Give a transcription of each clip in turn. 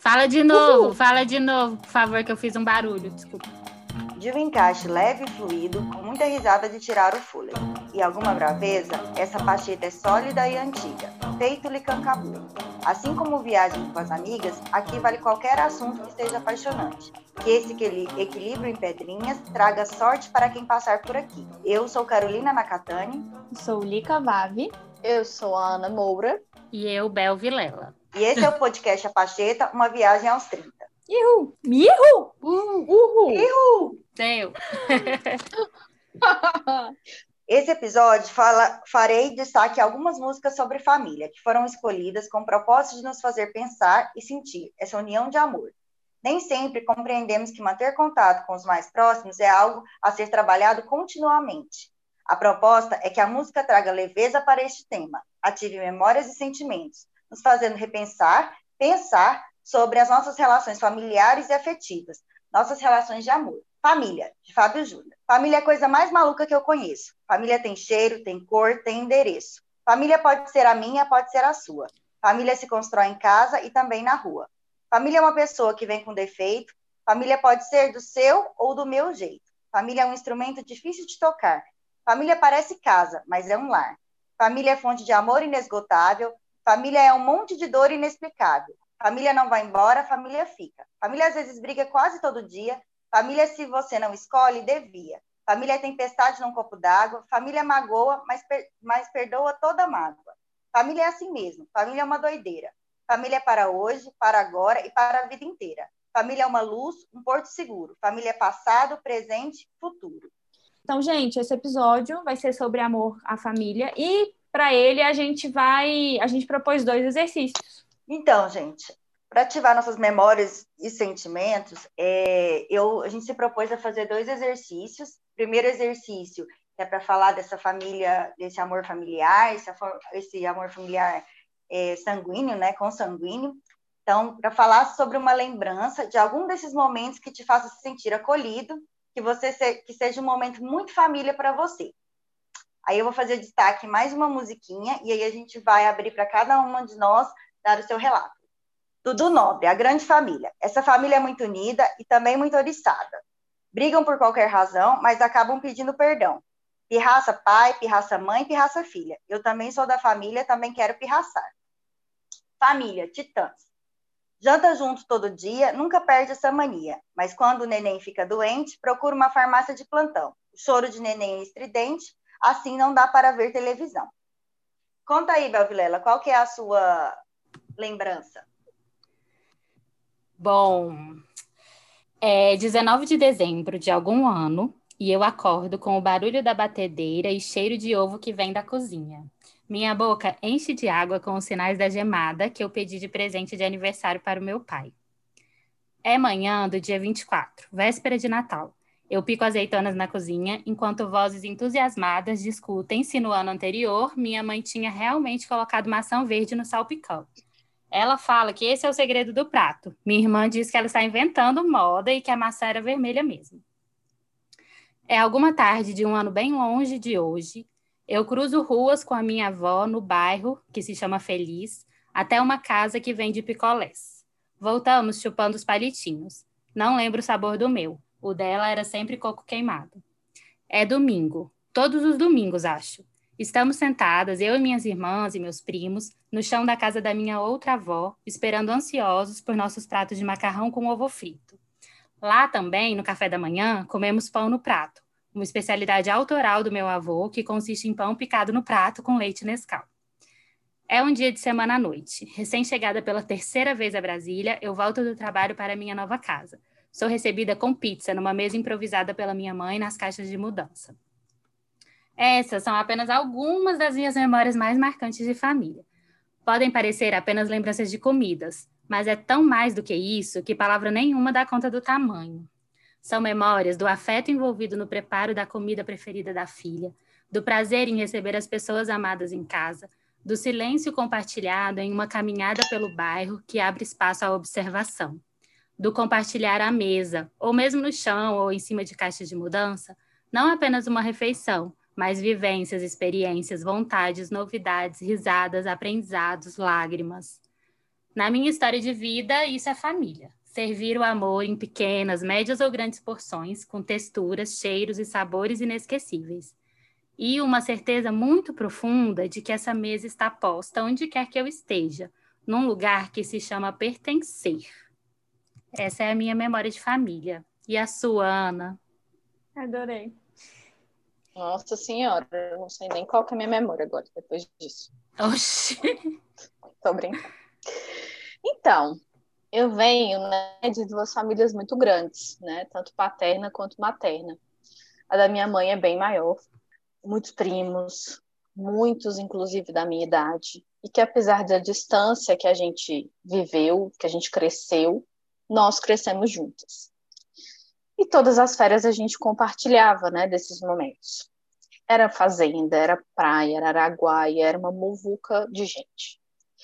Uhul. Fala de novo, por favor, que eu fiz um barulho, desculpa. De um encaixe leve e fluido, com muita risada de tirar o fôlego. E alguma braveza, essa pacheta é sólida e antiga, feito-lhe cancabu. Assim como viagem com as amigas, aqui vale qualquer assunto que seja apaixonante. Que esse equilíbrio em pedrinhas traga sorte para quem passar por aqui. Eu sou Carolina Nakatani. Sou Lica Vave. Eu sou a Ana Moura. E eu, Bel Vilela. E esse é o podcast A Pacheta, uma viagem aos 30. Ihu! Ihu! Uhul! Ihu! Deu. Esse episódio farei destaque a algumas músicas sobre família, que foram escolhidas com o propósito de nos fazer pensar e sentir essa união de amor. Nem sempre compreendemos que manter contato com os mais próximos é algo a ser trabalhado continuamente. A proposta é que a música traga leveza para este tema, ative memórias e sentimentos, nos fazendo repensar, pensar sobre as nossas relações familiares e afetivas, nossas relações de amor. Família, de Fábio Júnior. Família é a coisa mais maluca que eu conheço. Família tem cheiro, tem cor, tem endereço. Família pode ser a minha, pode ser a sua. Família se constrói em casa e também na rua. Família é uma pessoa que vem com defeito. Família pode ser do seu ou do meu jeito. Família é um instrumento difícil de tocar. Família parece casa, mas é um lar. Família é fonte de amor inesgotável. Família é um monte de dor inexplicável. Família não vai embora, família fica. Família às vezes briga quase todo dia. Família, se você não escolhe, devia. Família é tempestade num copo d'água. Família magoa, mas perdoa toda mágoa. Família é assim mesmo. Família é uma doideira. Família é para hoje, para agora e para a vida inteira. Família é uma luz, um porto seguro. Família é passado, presente, futuro. Então, gente, esse episódio vai ser sobre amor à família e, para ele, a gente propôs 2 exercícios. Então, gente, para ativar nossas memórias e sentimentos, a gente se propôs a fazer 2 exercícios. Primeiro exercício é para falar dessa família, desse amor familiar, esse amor familiar sanguíneo, né, consanguíneo. Então, para falar sobre uma lembrança de algum desses momentos que te faça se sentir acolhido, que seja um momento muito família para você. Aí eu vou fazer destaque mais uma musiquinha e aí a gente vai abrir para cada uma de nós dar o seu relato. Dudu Nobre, a grande família. Essa família é muito unida e também muito oriçada. Brigam por qualquer razão, mas acabam pedindo perdão. Pirraça pai, pirraça mãe, pirraça filha. Eu também sou da família, também quero pirraçar. Família, Titãs. Janta junto todo dia, nunca perde essa mania. Mas quando o neném fica doente, procura uma farmácia de plantão. O choro de neném é estridente, assim não dá para ver televisão. Conta aí, Bel Vilela, qual que é a sua lembrança? Bom, é 19 de dezembro de algum ano e eu acordo com o barulho da batedeira e cheiro de ovo que vem da cozinha. Minha boca enche de água com os sinais da gemada que eu pedi de presente de aniversário para o meu pai. É manhã do dia 24, véspera de Natal. Eu pico azeitonas na cozinha, enquanto vozes entusiasmadas discutem se no ano anterior minha mãe tinha realmente colocado maçã verde no salpicão. Ela fala que esse é o segredo do prato. Minha irmã diz que ela está inventando moda e que a maçã era vermelha mesmo. É alguma tarde de um ano bem longe de hoje. Eu cruzo ruas com a minha avó no bairro, que se chama Feliz, até uma casa que vende picolés. Voltamos chupando os palitinhos. Não lembro o sabor do meu. O dela era sempre coco queimado. É domingo. Todos os domingos, acho. Estamos sentadas, eu e minhas irmãs e meus primos, no chão da casa da minha outra avó, esperando ansiosos por nossos pratos de macarrão com ovo frito. Lá também, no café da manhã, comemos pão no prato, uma especialidade autoral do meu avô, que consiste em pão picado no prato com leite Nescau. É um dia de semana à noite. Recém-chegada pela 3ª vez a Brasília, eu volto do trabalho para minha nova casa. Sou recebida com pizza numa mesa improvisada pela minha mãe nas caixas de mudança. Essas são apenas algumas das minhas memórias mais marcantes de família. Podem parecer apenas lembranças de comidas, mas é tão mais do que isso que palavra nenhuma dá conta do tamanho. São memórias do afeto envolvido no preparo da comida preferida da filha, do prazer em receber as pessoas amadas em casa, do silêncio compartilhado em uma caminhada pelo bairro que abre espaço à observação, do compartilhar à mesa, ou mesmo no chão ou em cima de caixas de mudança, não apenas uma refeição, mas vivências, experiências, vontades, novidades, risadas, aprendizados, lágrimas. Na minha história de vida, isso é família. Servir o amor em pequenas, médias ou grandes porções, com texturas, cheiros e sabores inesquecíveis. E uma certeza muito profunda de que essa mesa está posta onde quer que eu esteja, num lugar que se chama pertencer. Essa é a minha memória de família. E a sua, Ana? Adorei. Nossa senhora, eu não sei nem qual que é a minha memória agora, depois disso. Oxi! Tô brincando. Então, eu venho, né, de duas famílias muito grandes, né? Tanto paterna quanto materna. A da minha mãe é bem maior, muitos primos, muitos, inclusive, da minha idade. E que apesar da distância que a gente viveu, que a gente cresceu, nós crescemos juntas. E todas as férias a gente compartilhava, né, desses momentos. Era fazenda, era praia, era Araguaia, era uma muvuca de gente.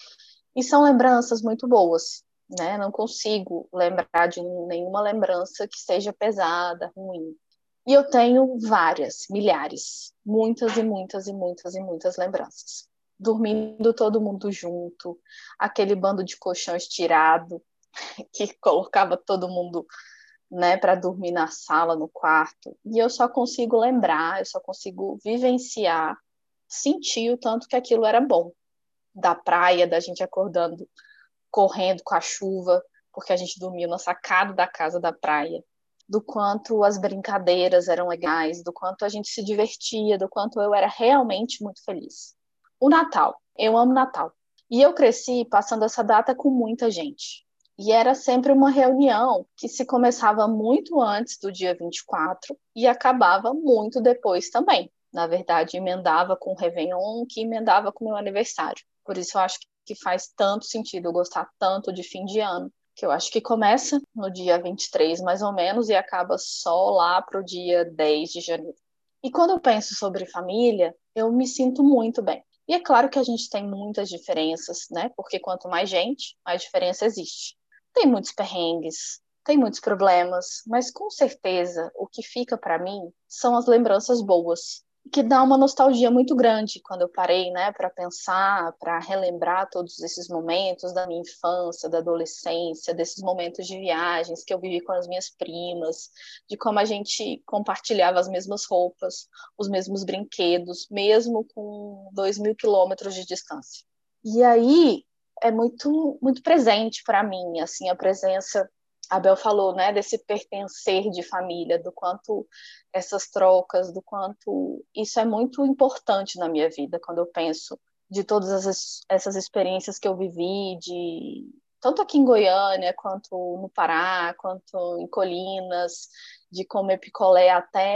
E são lembranças muito boas, né? Não consigo lembrar de nenhuma lembrança que seja pesada, ruim. E eu tenho várias, milhares, muitas e muitas e muitas e muitas lembranças. Dormindo todo mundo junto, aquele bando de colchão estirado que colocava todo mundo, né, para dormir na sala, no quarto. E eu só consigo lembrar, eu só consigo vivenciar, sentir o tanto que aquilo era bom. Da praia, da gente acordando, correndo com a chuva, porque a gente dormia na sacada da casa da praia, do quanto as brincadeiras eram legais, do quanto a gente se divertia, do quanto eu era realmente muito feliz. O Natal, eu amo Natal. E eu cresci passando essa data com muita gente. E era sempre uma reunião que se começava muito antes do dia 24 e acabava muito depois também. Na verdade, emendava com o Réveillon, que emendava com o meu aniversário. Por isso eu acho que faz tanto sentido eu gostar tanto de fim de ano, que eu acho que começa no dia 23, mais ou menos, e acaba só lá para o dia 10 de janeiro. E quando eu penso sobre família, eu me sinto muito bem. E é claro que a gente tem muitas diferenças, né? Porque quanto mais gente, mais diferença existe. Tem muitos perrengues, tem muitos problemas, mas com certeza o que fica para mim são as lembranças boas, que dá uma nostalgia muito grande quando eu parei, né, para pensar, para relembrar todos esses momentos da minha infância, da adolescência, desses momentos de viagens que eu vivi com as minhas primas, de como a gente compartilhava as mesmas roupas, os mesmos brinquedos, mesmo com 2.000 quilômetros de distância. E aí é muito, muito presente para mim, assim, a presença. A Bel falou, né, desse pertencer de família, do quanto essas trocas, do quanto isso é muito importante na minha vida, quando eu penso de todas essas experiências que eu vivi, de tanto aqui em Goiânia, quanto no Pará, quanto em Colinas, de comer picolé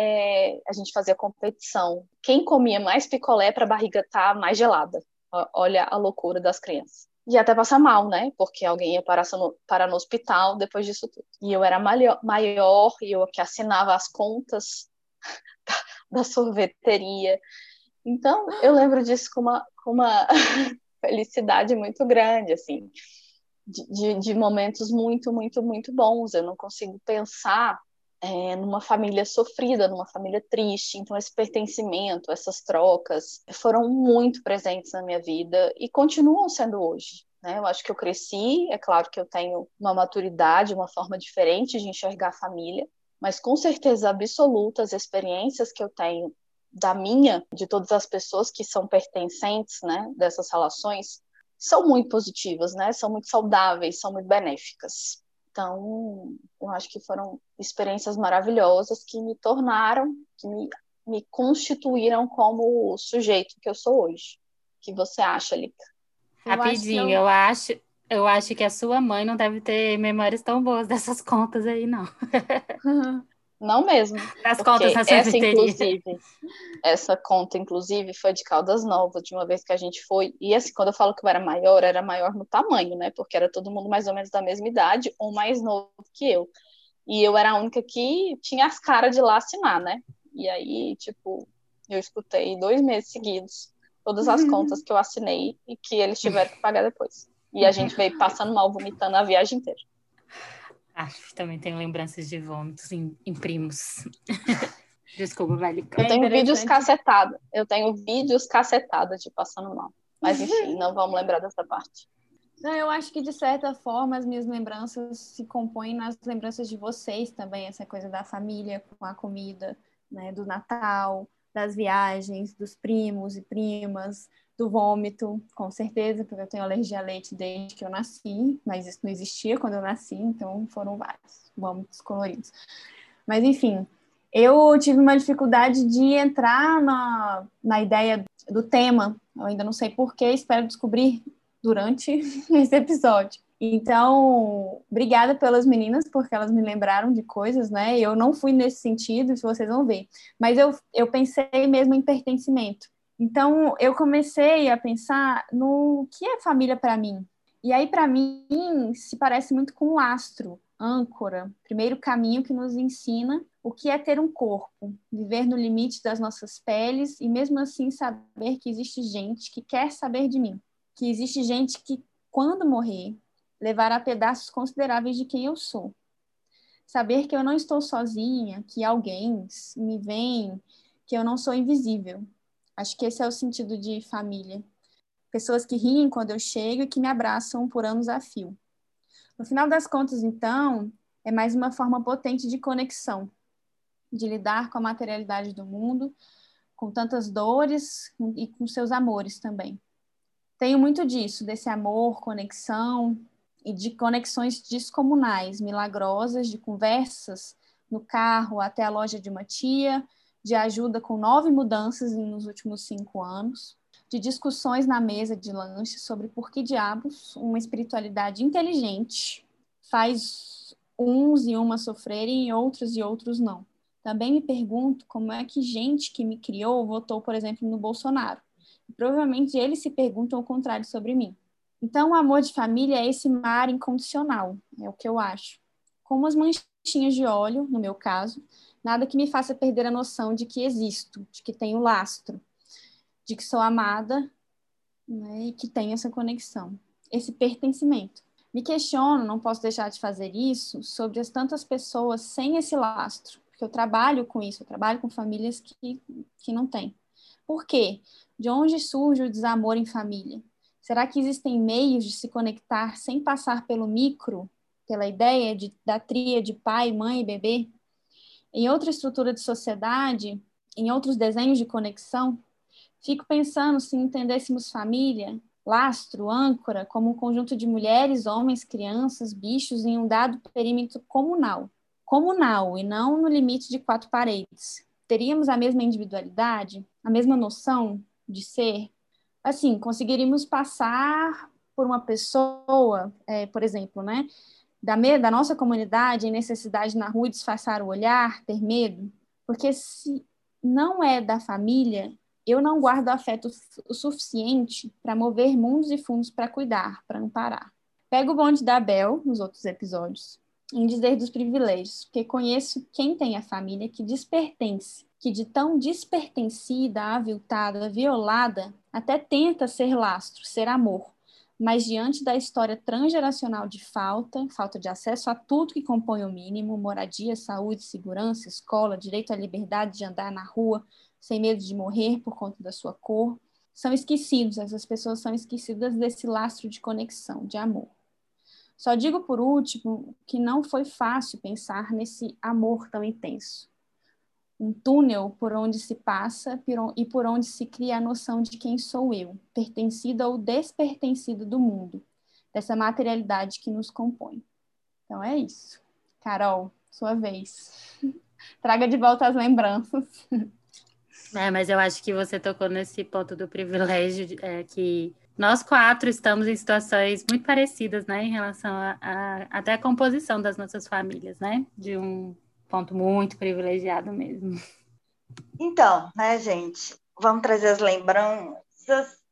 até a gente fazer competição. Quem comia mais picolé para a barriga estar mais gelada. Olha a loucura das crianças. E até passar mal, né? Porque alguém ia parar no hospital depois disso tudo. E eu era maior e eu que assinava as contas da sorveteria. Então, eu lembro disso com uma felicidade muito grande, assim, de momentos muito, muito, muito bons. Eu não consigo pensar numa família sofrida, numa família triste. Então, esse pertencimento, essas trocas foram muito presentes na minha vida e continuam sendo hoje. Né? Eu acho que eu cresci, é claro que eu tenho uma maturidade, uma forma diferente de enxergar a família, mas com certeza absoluta as experiências que eu tenho de todas as pessoas que são pertencentes, né, dessas relações, são muito positivas, né? São muito saudáveis, são muito benéficas. Então, eu acho que foram experiências maravilhosas que me tornaram, que me constituíram como o sujeito que eu sou hoje. O que você acha, Lica? Rapidinho, eu acho que a sua mãe não deve ter memórias tão boas dessas contas aí, não. Não mesmo. Das contas na Essa, sorveteria. essa conta, inclusive, foi de Caldas Novas, de uma vez que a gente foi. E assim, quando eu falo que eu era maior no tamanho, né? Porque era todo mundo mais ou menos da mesma idade ou mais novo que eu. E eu era a única que tinha as caras de lá assinar, né? E aí, tipo, eu escutei 2 meses seguidos todas as contas que eu assinei e que eles tiveram que pagar depois. E a gente veio passando mal, vomitando a viagem inteira. Também tenho lembranças de vômitos em primos. Desculpa, velho. Eu tenho vídeos cacetados de passando mal. Mas enfim, não vamos lembrar dessa parte. Não, eu acho que, de certa forma, as minhas lembranças se compõem nas lembranças de vocês também, essa coisa da família com a comida, né, do Natal, das viagens, dos primos e primas, do vômito, com certeza, porque eu tenho alergia a leite desde que eu nasci, mas isso não existia quando eu nasci, então foram vários vômitos coloridos. Mas, enfim, eu tive uma dificuldade de entrar na ideia do tema, eu ainda não sei porquê, espero descobrir durante esse episódio. Então, obrigada pelas meninas, porque elas me lembraram de coisas, né? Eu não fui nesse sentido, se vocês vão ver. Mas eu pensei mesmo em pertencimento. Então, eu comecei a pensar no que é família para mim. E aí, para mim, se parece muito com o astro, âncora, primeiro caminho que nos ensina o que é ter um corpo, viver no limite das nossas peles e mesmo assim saber que existe gente que quer saber de mim, que existe gente que, quando morrer, levará pedaços consideráveis de quem eu sou. Saber que eu não estou sozinha, que alguém me vê, que eu não sou invisível. Acho que esse é o sentido de família. Pessoas que riem quando eu chego e que me abraçam por anos a fio. No final das contas, então, é mais uma forma potente de conexão, de lidar com a materialidade do mundo, com tantas dores e com seus amores também. Tenho muito disso, desse amor, conexão e de conexões descomunais, milagrosas, de conversas no carro até a loja de uma tia, de ajuda com 9 mudanças nos últimos 5 anos, de discussões na mesa de lanche sobre por que diabos uma espiritualidade inteligente faz uns e umas sofrerem e outros não. Também me pergunto como é que gente que me criou votou, por exemplo, no Bolsonaro. Provavelmente eles se perguntam o contrário sobre mim. Então, o amor de família é esse mar incondicional, é o que eu acho. Como as manchinhas de óleo, no meu caso, nada que me faça perder a noção de que existo, de que tenho lastro, de que sou amada, né, e que tenho essa conexão, esse pertencimento. Me questiono, não posso deixar de fazer isso, sobre as tantas pessoas sem esse lastro, porque eu trabalho com isso, eu trabalho com famílias que não têm. Por quê? De onde surge o desamor em família? Será que existem meios de se conectar sem passar pelo micro, pela ideia da tríade pai, mãe e bebê? Em outra estrutura de sociedade, em outros desenhos de conexão, fico pensando se entendêssemos família, lastro, âncora, como um conjunto de mulheres, homens, crianças, bichos em um dado perímetro comunal. Comunal e não no limite de 4 paredes. Teríamos a mesma individualidade, a mesma noção de ser? Assim, conseguiríamos passar por uma pessoa, por exemplo, né, da nossa comunidade em necessidade na rua disfarçar o olhar, ter medo? Porque se não é da família, eu não guardo afeto o suficiente para mover mundos e fundos para cuidar, para amparar. Pego o bonde da Bel, nos outros episódios, em dizer dos privilégios, porque conheço quem tem a família que despertence, que de tão despertencida, aviltada, violada, até tenta ser lastro, ser amor, mas diante da história transgeracional de falta de acesso a tudo que compõe o mínimo, moradia, saúde, segurança, escola, direito à liberdade de andar na rua, sem medo de morrer por conta da sua cor, são esquecidos, essas pessoas são esquecidas desse lastro de conexão, de amor. Só digo por último que não foi fácil pensar nesse amor tão intenso. Um túnel por onde se passa e por onde se cria a noção de quem sou eu, pertencida ou despertencida do mundo, dessa materialidade que nos compõe. Então é isso. Carol, sua vez. Traga de volta as lembranças. Mas eu acho que você tocou nesse ponto do privilégio, que nós 4 estamos em situações muito parecidas, né, em relação até a composição das nossas famílias, né, de um ponto muito privilegiado mesmo. Então, né, gente, vamos trazer as lembranças,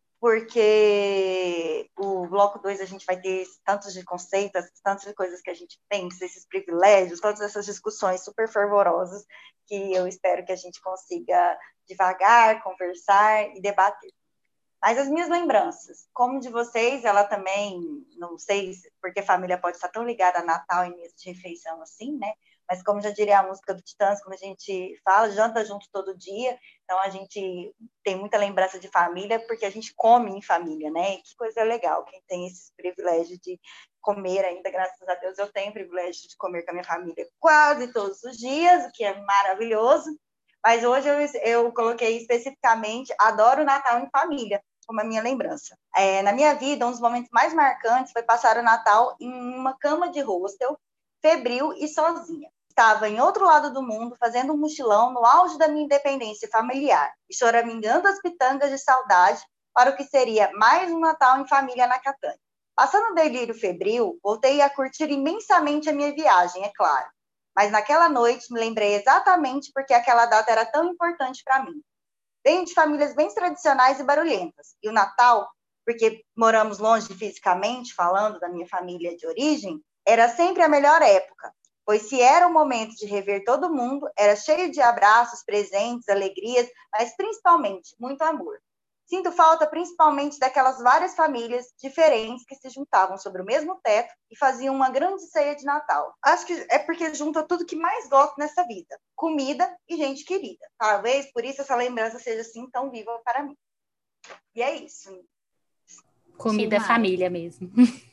porque o bloco 2 a gente vai ter tantos de conceitos, tantas de coisas que a gente pensa, esses privilégios, todas essas discussões super fervorosas que eu espero que a gente consiga devagar, conversar e debater. Mas as minhas lembranças, como de vocês, ela também, não sei, porque a família pode estar tão ligada a Natal e mesa de refeição assim, né? Mas como já diria a música do Titãs, como a gente fala, janta junto todo dia, então a gente tem muita lembrança de família, porque a gente come em família, né? E que coisa legal, quem tem esse privilégio de comer ainda, graças a Deus, eu tenho o privilégio de comer com a minha família quase todos os dias, o que é maravilhoso. Mas hoje eu coloquei especificamente, adoro o Natal em família, como a minha lembrança. Na minha vida, um dos momentos mais marcantes foi passar o Natal em uma cama de hostel, febril e sozinha. Estava em outro lado do mundo, fazendo um mochilão no auge da minha independência familiar e choramingando as pitangas de saudade para o que seria mais um Natal em família na Catânia. Passando o delírio febril, voltei a curtir imensamente a minha viagem, é claro. Mas naquela noite me lembrei exatamente porque aquela data era tão importante para mim. Venho de famílias bem tradicionais e barulhentas. E o Natal, porque moramos longe fisicamente, falando da minha família de origem, era sempre a melhor época, pois se era o momento de rever todo mundo, era cheio de abraços, presentes, alegrias, mas principalmente muito amor. Sinto falta principalmente daquelas várias famílias diferentes que se juntavam sobre o mesmo teto e faziam uma grande ceia de Natal. Acho que é porque junta tudo que mais gosto nessa vida: comida e gente querida. Talvez por isso essa lembrança seja assim tão viva para mim. E é isso. Comida é família mesmo.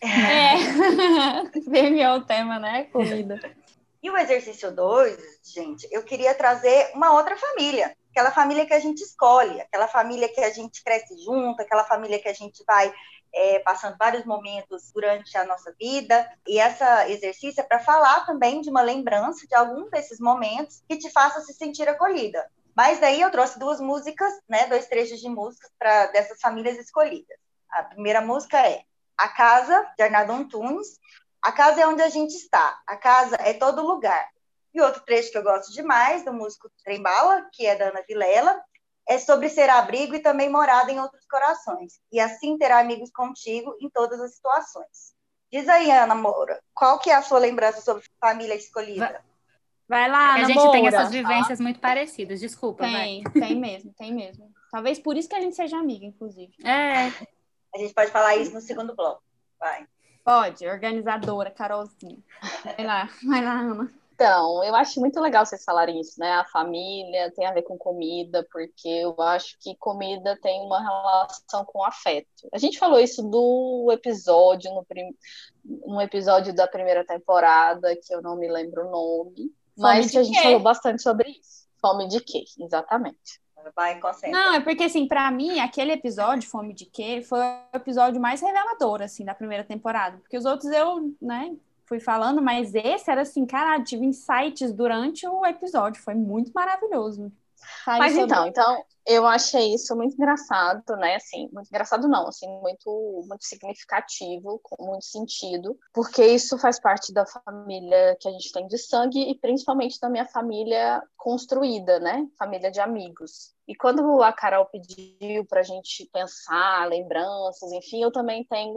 Vermelhou o tema, né? Comida. E o exercício 2, gente, eu queria trazer uma outra família. Aquela família que a gente escolhe, aquela família que a gente cresce junto, aquela família que a gente vai passando vários momentos durante a nossa vida. E esse exercício é para falar também de uma lembrança de algum desses momentos que te faça se sentir acolhida. Mas daí eu trouxe duas músicas, né, 2 trechos de músicas dessas famílias escolhidas. A primeira música é A Casa, de Arnaldo Antunes. A casa é onde a gente está. A casa é todo lugar. E outro trecho que eu gosto demais, do músico Trembala, que é da Ana Vilela, é sobre ser abrigo e também morada em outros corações. E assim ter amigos contigo em todas as situações. Diz aí, Ana Moura, qual que é a sua lembrança sobre família escolhida? Vai lá, Ana A gente Moura. tem essas vivências muito parecidas, desculpa, Tem mesmo, tem mesmo. Talvez por isso que a gente seja amiga, inclusive. A gente pode falar isso no segundo bloco. Vai. Pode, organizadora, Carolzinha. Vai lá, Ana. Então, eu acho muito legal vocês falarem isso, né? A família tem a ver com comida, porque eu acho que comida tem uma relação com afeto. A gente falou isso no episódio, no episódio da primeira temporada, que eu não me lembro o nome, mas que a gente falou bastante sobre isso. Fome de quê? Exatamente. Vai, concentra. Não, é porque, assim, pra mim, aquele episódio, Fome de Quê, foi o episódio mais revelador, assim, da primeira temporada. Porque os outros eu, né, fui falando, mas esse era assim, cara, tive insights durante o episódio, foi muito maravilhoso. Mas então, eu achei isso muito engraçado, né? Assim, muito engraçado não, assim, muito, muito significativo, com muito sentido, porque isso faz parte da família que a gente tem de sangue e principalmente da minha família construída, né? Família de amigos. E quando a Carol pediu para a gente pensar lembranças, enfim, eu também tenho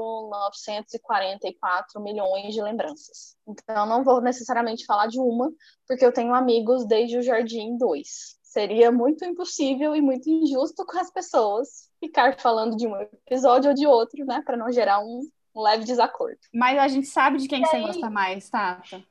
944 milhões de lembranças. Então, eu não vou necessariamente falar de uma, porque eu tenho amigos desde o Jardim 2. Seria muito impossível e muito injusto com as pessoas ficar falando de um episódio ou de outro, né? Para não gerar um leve desacordo. Mas a gente sabe de quem você gosta mais, Tata.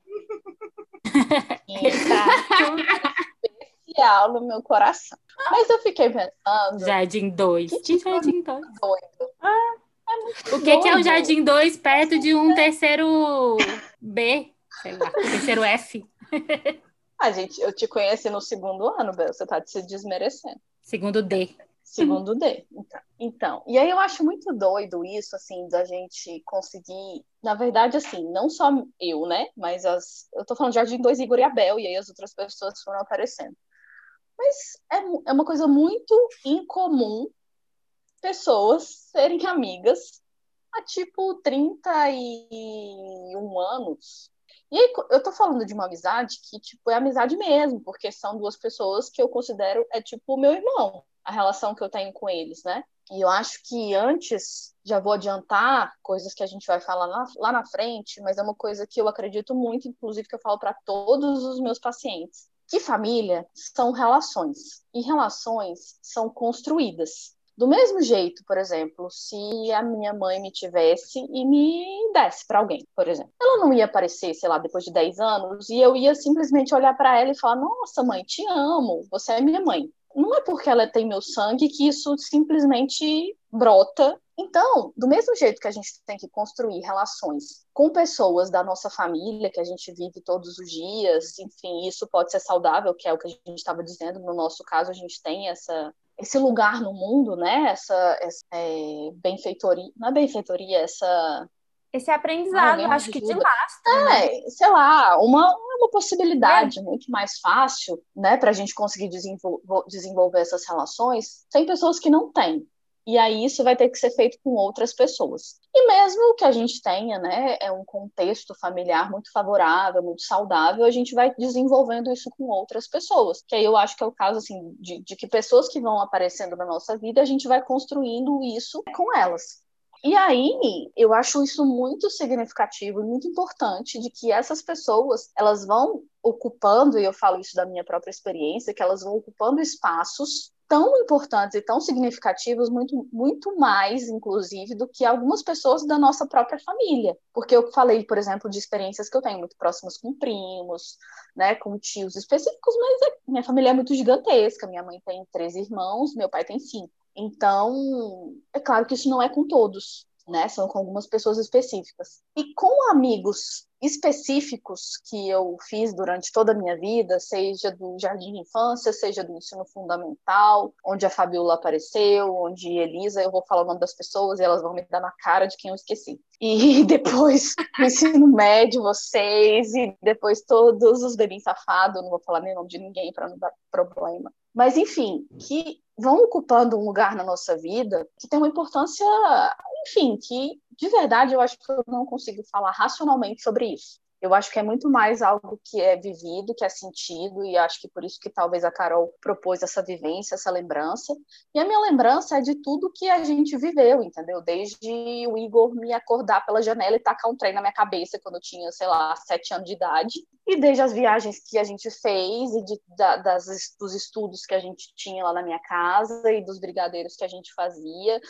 Especial no meu coração. Mas eu fiquei pensando... Jardim 2. Que tipo Jardim 2? Doido. O que é o Jardim 2 perto de um terceiro B? Sei lá, terceiro F? Gente, eu te conheci no segundo ano, Bel, você tá se desmerecendo. Segundo D. Segundo D. Então, e aí eu acho muito doido isso, assim, da gente conseguir, na verdade, assim, não só eu, né, mas eu tô falando de Jardim 2, Igor e Abel, e aí as outras pessoas foram aparecendo. Mas é uma coisa muito incomum pessoas serem amigas há, tipo, 31 anos. E aí, eu tô falando de uma amizade que, tipo, é amizade mesmo, porque são duas pessoas que eu considero, tipo, o meu irmão, a relação que eu tenho com eles, né? E eu acho que antes, já vou adiantar coisas que a gente vai falar lá na frente, mas é uma coisa que eu acredito muito, inclusive que eu falo para todos os meus pacientes, que família são relações, e relações são construídas. Do mesmo jeito, por exemplo, se a minha mãe me tivesse e me desse para alguém, por exemplo. Ela não ia aparecer, sei lá, depois de 10 anos, e eu ia simplesmente olhar para ela e falar: Nossa, mãe, te amo, você é minha mãe. Não é porque ela tem meu sangue que isso simplesmente brota. Então, do mesmo jeito que a gente tem que construir relações com pessoas da nossa família, que a gente vive todos os dias, enfim, isso pode ser saudável, que é o que a gente estava dizendo. No nosso caso, a gente tem esse lugar no mundo, né? Essa benfeitoria, não é benfeitoria, Esse aprendizado, alguém me acho que de ajuda. lastro, né? Sei lá, uma possibilidade muito mais fácil, né, para a gente conseguir desenvolver essas relações, tem pessoas que não têm. E aí isso vai ter que ser feito com outras pessoas. E mesmo que a gente tenha, né, um contexto familiar muito favorável, muito saudável, a gente vai desenvolvendo isso com outras pessoas. Que aí eu acho que é o caso, assim, de que pessoas que vão aparecendo na nossa vida, a gente vai construindo isso com elas. E aí, eu acho isso muito significativo e muito importante de que essas pessoas, elas vão ocupando, e eu falo isso da minha própria experiência, que elas vão ocupando espaços tão importantes e tão significativos, muito, muito mais, inclusive, do que algumas pessoas da nossa própria família. Porque eu falei, por exemplo, de experiências que eu tenho muito próximas com primos, né, com tios específicos, mas minha família é muito gigantesca. Minha mãe tem 13 irmãos, meu pai tem 5. Então, é claro que isso não é com todos, né? São com algumas pessoas específicas. E com amigos específicos que eu fiz durante toda a minha vida, seja do jardim de infância, seja do ensino fundamental, onde a Fabiola apareceu, onde Elisa, eu vou falar o nome das pessoas e elas vão me dar na cara de quem eu esqueci. E depois o ensino médio, vocês, e depois todos os bebês safados, não vou falar nem o nome de ninguém para não dar problema. Mas, enfim, que vão ocupando um lugar na nossa vida que tem uma importância, enfim, que de verdade eu acho que eu não consigo falar racionalmente sobre isso. Eu acho que é muito mais algo que é vivido, que é sentido, e acho que por isso que talvez a Carol propôs essa vivência, essa lembrança. E a minha lembrança é de tudo que a gente viveu, entendeu? Desde o Igor me acordar pela janela e tacar um trem na minha cabeça quando eu tinha, sei lá, 7 anos de idade, e desde as viagens que a gente fez e dos estudos que a gente tinha lá na minha casa e dos brigadeiros que a gente fazia,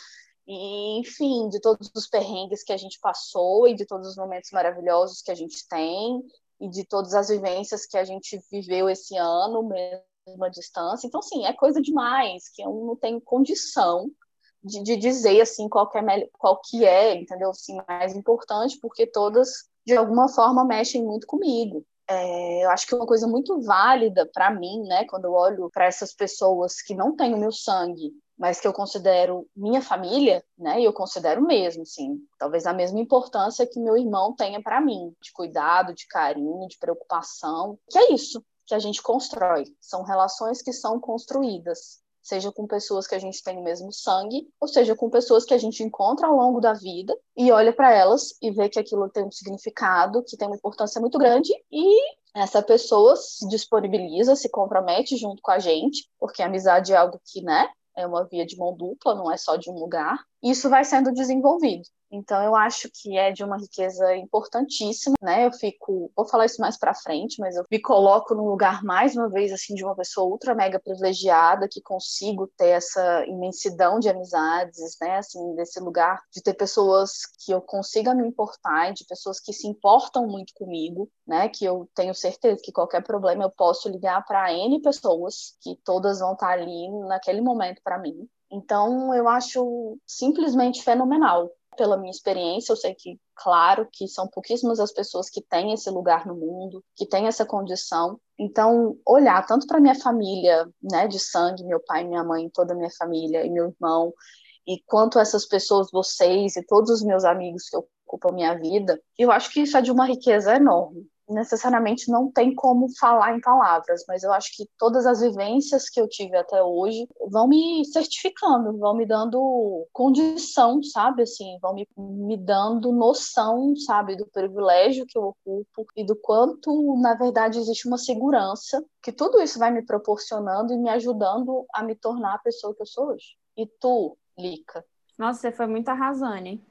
e, enfim, de todos os perrengues que a gente passou e de todos os momentos maravilhosos que a gente tem e de todas as vivências que a gente viveu esse ano, mesmo à distância. Então, assim, é coisa demais que eu não tenho condição de dizer, assim, qual que é, entendeu? Assim, mais importante, porque todas, de alguma forma, mexem muito comigo. Eu acho que uma coisa muito válida para mim, né, quando eu olho para essas pessoas que não têm o meu sangue, mas que eu considero minha família, né, e eu considero mesmo, assim, talvez a mesma importância que meu irmão tenha para mim, de cuidado, de carinho, de preocupação, que é isso que a gente constrói, são relações que são construídas, seja com pessoas que a gente tem o mesmo sangue, ou seja com pessoas que a gente encontra ao longo da vida e olha para elas e vê que aquilo tem um significado, que tem uma importância muito grande e essa pessoa se disponibiliza, se compromete junto com a gente, porque a amizade é algo que, né, é uma via de mão dupla, não é só de um lugar. E isso vai sendo desenvolvido. Então, eu acho que é de uma riqueza importantíssima, né? Vou falar isso mais para frente, mas eu me coloco no lugar, mais uma vez, assim, de uma pessoa ultra mega privilegiada, que consigo ter essa imensidão de amizades, né? Assim, desse lugar de ter pessoas que eu consiga me importar, de pessoas que se importam muito comigo, né? Que eu tenho certeza que qualquer problema eu posso ligar para N pessoas, que todas vão estar ali naquele momento para mim. Então, eu acho simplesmente fenomenal. Pela minha experiência, eu sei que, claro, que são pouquíssimas as pessoas que têm esse lugar no mundo, que têm essa condição. Então, olhar tanto para minha família, né, de sangue, meu pai, minha mãe, toda a minha família e meu irmão, e quanto essas pessoas, vocês e todos os meus amigos que ocupam minha vida, eu acho que isso é de uma riqueza enorme. Necessariamente não tem como falar em palavras, mas eu acho que todas as vivências que eu tive até hoje vão me certificando, vão me dando condição, sabe, assim, vão me dando noção, sabe, do privilégio que eu ocupo e do quanto, na verdade, existe uma segurança, que tudo isso vai me proporcionando e me ajudando a me tornar a pessoa que eu sou hoje. E tu, Lica? Nossa, você foi muito arrasante.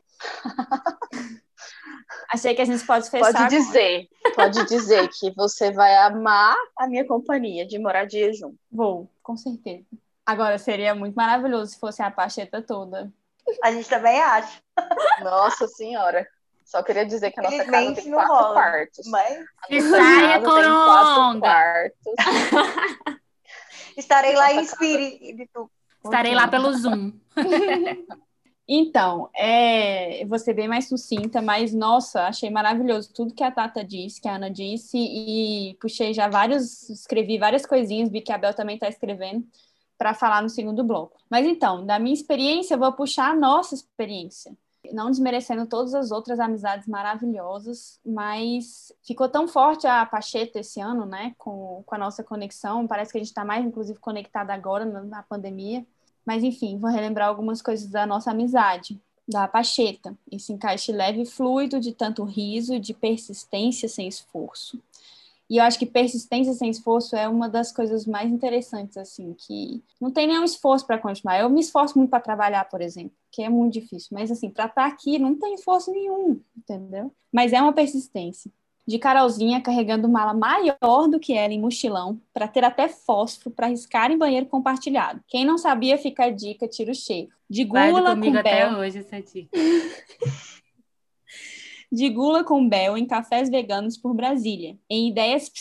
Achei que a gente pode fechar. Pode dizer que você vai amar a minha companhia de moradia junto. Vou, com certeza. Agora, seria muito maravilhoso se fosse a Pacheta toda. A gente também acha. Nossa Senhora. Só queria dizer que a nossa casa Infelizmente tem não 4 rola. quartos. Mas A nossa Saia, casa tem 4 Coronga! quartos. estarei lá em Nossa casa. espírito. Estarei lá pelo Zoom. Então, eu vou ser bem mais sucinta, mas, nossa, achei maravilhoso tudo que a Tata disse, que a Ana disse, e puxei já escrevi várias coisinhas, vi que a Bel também está escrevendo, para falar no segundo bloco. Mas, então, da minha experiência, eu vou puxar a nossa experiência. Não desmerecendo todas as outras amizades maravilhosas, mas ficou tão forte a Pacheta esse ano, né, com a nossa conexão, parece que a gente está mais, inclusive, conectada agora na pandemia. Mas, enfim, vou relembrar algumas coisas da nossa amizade, da Pacheta. Esse encaixe leve e fluido de tanto riso, de persistência sem esforço. E eu acho que persistência sem esforço é uma das coisas mais interessantes, assim, que não tem nenhum esforço para continuar. Eu me esforço muito para trabalhar, por exemplo, que é muito difícil. Mas, assim, para estar aqui não tem esforço nenhum, entendeu? Mas é uma persistência. De Carolzinha carregando mala maior do que ela em mochilão, para ter até fósforo para riscar em banheiro compartilhado. Quem não sabia, fica a dica, tira o cheiro. De Guardo gula comigo com até Bel, hoje essa dica. de gula com Bel em cafés veganos por Brasília, em ideias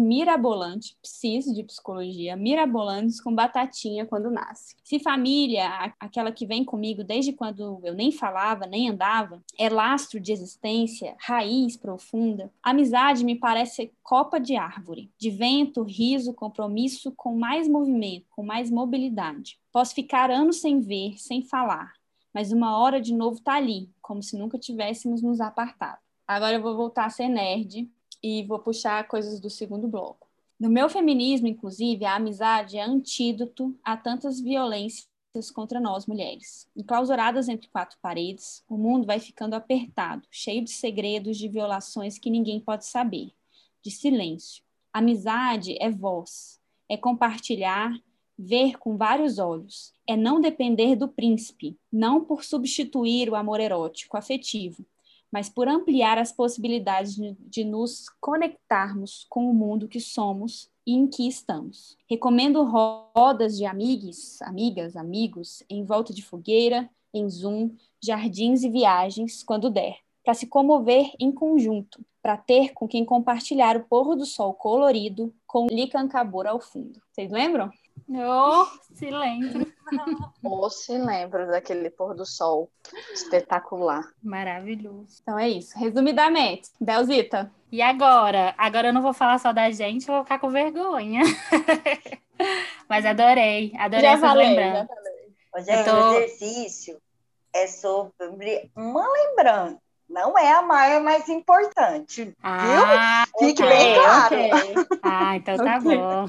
psis de psicologia, mirabolantes com batatinha quando nasce. Se família, aquela que vem comigo desde quando eu nem falava, nem andava, é lastro de existência, raiz profunda, amizade me parece copa de árvore, de vento, riso, compromisso com mais movimento, com mais mobilidade. Posso ficar anos sem ver, sem falar, mas uma hora de novo tá ali, como se nunca tivéssemos nos apartado. Agora eu vou voltar a ser nerd e vou puxar coisas do segundo bloco. No meu feminismo, inclusive, a amizade é antídoto a tantas violências contra nós, mulheres. Enclausuradas entre 4 paredes, o mundo vai ficando apertado, cheio de segredos, de violações que ninguém pode saber, de silêncio. Amizade é voz, é compartilhar, ver com vários olhos, é não depender do príncipe, não por substituir o amor erótico, afetivo, mas por ampliar as possibilidades de nos conectarmos com o mundo que somos e em que estamos. Recomendo rodas de amigas, amigos, em volta de fogueira, em Zoom, jardins e viagens, quando der, para se comover em conjunto, para ter com quem compartilhar o pôr do sol colorido com Licancabur ao fundo. Vocês lembram? Oh, se lembro. Ou se lembra daquele pôr do sol espetacular. Maravilhoso. Então é isso. Resumidamente, Belzita. E agora? Agora eu não vou falar só da gente, eu vou ficar com vergonha. Mas adorei Já essas falei. lembranças. Gente, o exercício é sobre uma lembrança. Não é a mais importante, viu? Fique bem claro. Okay. Ah, então tá bom.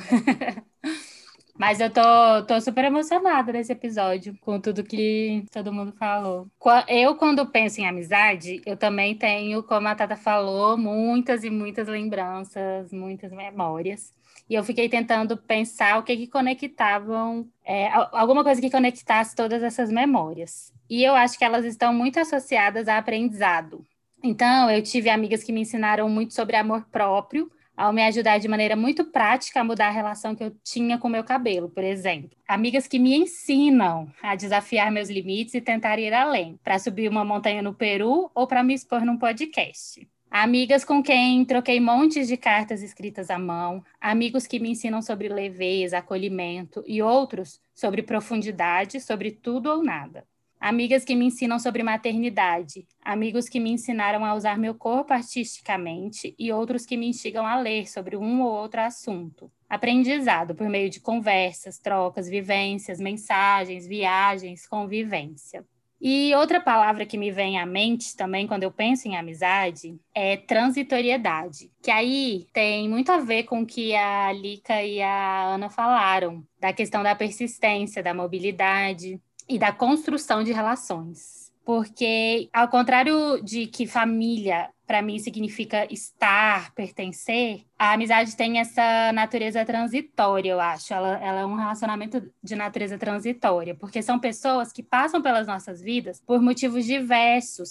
Mas eu tô super emocionada nesse episódio, com tudo que todo mundo falou. Eu, quando penso em amizade, eu também tenho, como a Tata falou, muitas e muitas lembranças, muitas memórias. E eu fiquei tentando pensar o que conectavam, alguma coisa que conectasse todas essas memórias. E eu acho que elas estão muito associadas a aprendizado. Então, eu tive amigas que me ensinaram muito sobre amor próprio, ao me ajudar de maneira muito prática a mudar a relação que eu tinha com o meu cabelo, por exemplo. Amigas que me ensinam a desafiar meus limites e tentar ir além, para subir uma montanha no Peru ou para me expor num podcast. Amigas com quem troquei montes de cartas escritas à mão, amigos que me ensinam sobre leveza, acolhimento e outros sobre profundidade, sobre tudo ou nada. Amigas que me ensinam sobre maternidade, amigos que me ensinaram a usar meu corpo artisticamente e outros que me instigam a ler sobre um ou outro assunto. Aprendizado por meio de conversas, trocas, vivências, mensagens, viagens, convivência. E outra palavra que me vem à mente também quando eu penso em amizade é transitoriedade, que aí tem muito a ver com o que a Lica e a Ana falaram, da questão da persistência, da mobilidade e da construção de relações. Porque, ao contrário de que família, para mim, significa estar, pertencer, a amizade tem essa natureza transitória, eu acho. Ela é um relacionamento de natureza transitória, porque são pessoas que passam pelas nossas vidas por motivos diversos,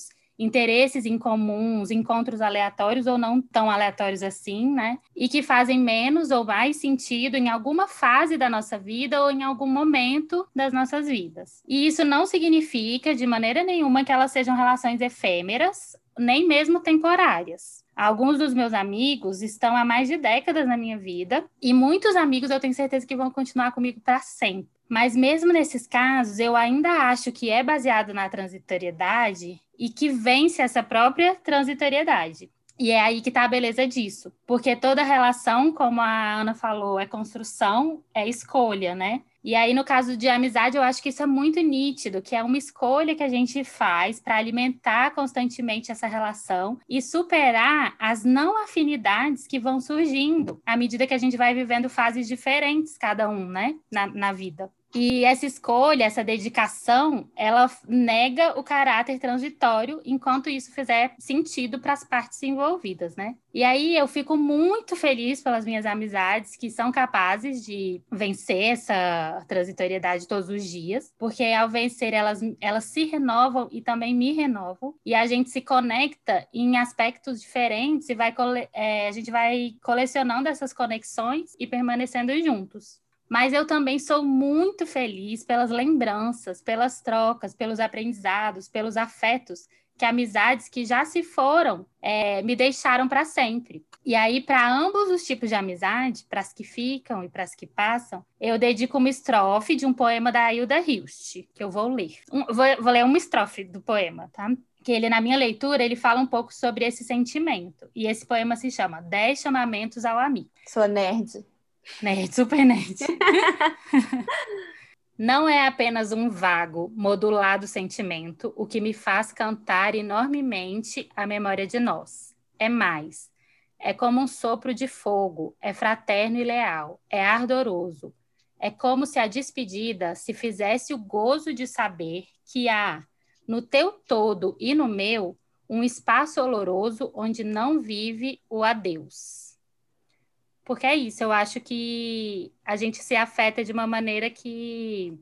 interesses em comuns, encontros aleatórios ou não tão aleatórios assim, né? E que fazem menos ou mais sentido em alguma fase da nossa vida ou em algum momento das nossas vidas. E isso não significa, de maneira nenhuma, que elas sejam relações efêmeras, nem mesmo temporárias. Alguns dos meus amigos estão há mais de décadas na minha vida e muitos amigos eu tenho certeza que vão continuar comigo para sempre. Mas mesmo nesses casos, eu ainda acho que é baseado na transitoriedade e que vence essa própria transitoriedade. E é aí que está a beleza disso. Porque toda relação, como a Ana falou, é construção, é escolha, né? E aí, no caso de amizade, eu acho que isso é muito nítido, que é uma escolha que a gente faz para alimentar constantemente essa relação e superar as não afinidades que vão surgindo à medida que a gente vai vivendo fases diferentes, cada um, né, na vida. E essa escolha, essa dedicação, ela nega o caráter transitório enquanto isso fizer sentido para as partes envolvidas, né? E aí eu fico muito feliz pelas minhas amizades que são capazes de vencer essa transitoriedade todos os dias, porque ao vencer elas se renovam e também me renovam, e a gente se conecta em aspectos diferentes e a gente vai colecionando essas conexões e permanecendo juntos. Mas eu também sou muito feliz pelas lembranças, pelas trocas, pelos aprendizados, pelos afetos, que amizades que já se foram me deixaram para sempre. E aí, para ambos os tipos de amizade, para as que ficam e para as que passam, eu dedico uma estrofe de um poema da Hilda Hilst, que eu vou ler. Vou ler uma estrofe do poema, tá? Que ele, na minha leitura, ele fala um pouco sobre esse sentimento. E esse poema se chama 10 Chamamentos ao Amigo. Sou nerd. Nerd, super nerd. Não é apenas um vago, modulado sentimento o que me faz cantar enormemente a memória de nós. É mais. É como um sopro de fogo, é fraterno e leal, é ardoroso. É como se a despedida se fizesse o gozo de saber que há, no teu todo e no meu, um espaço oloroso onde não vive o adeus. Porque é isso, eu acho que a gente se afeta de uma maneira que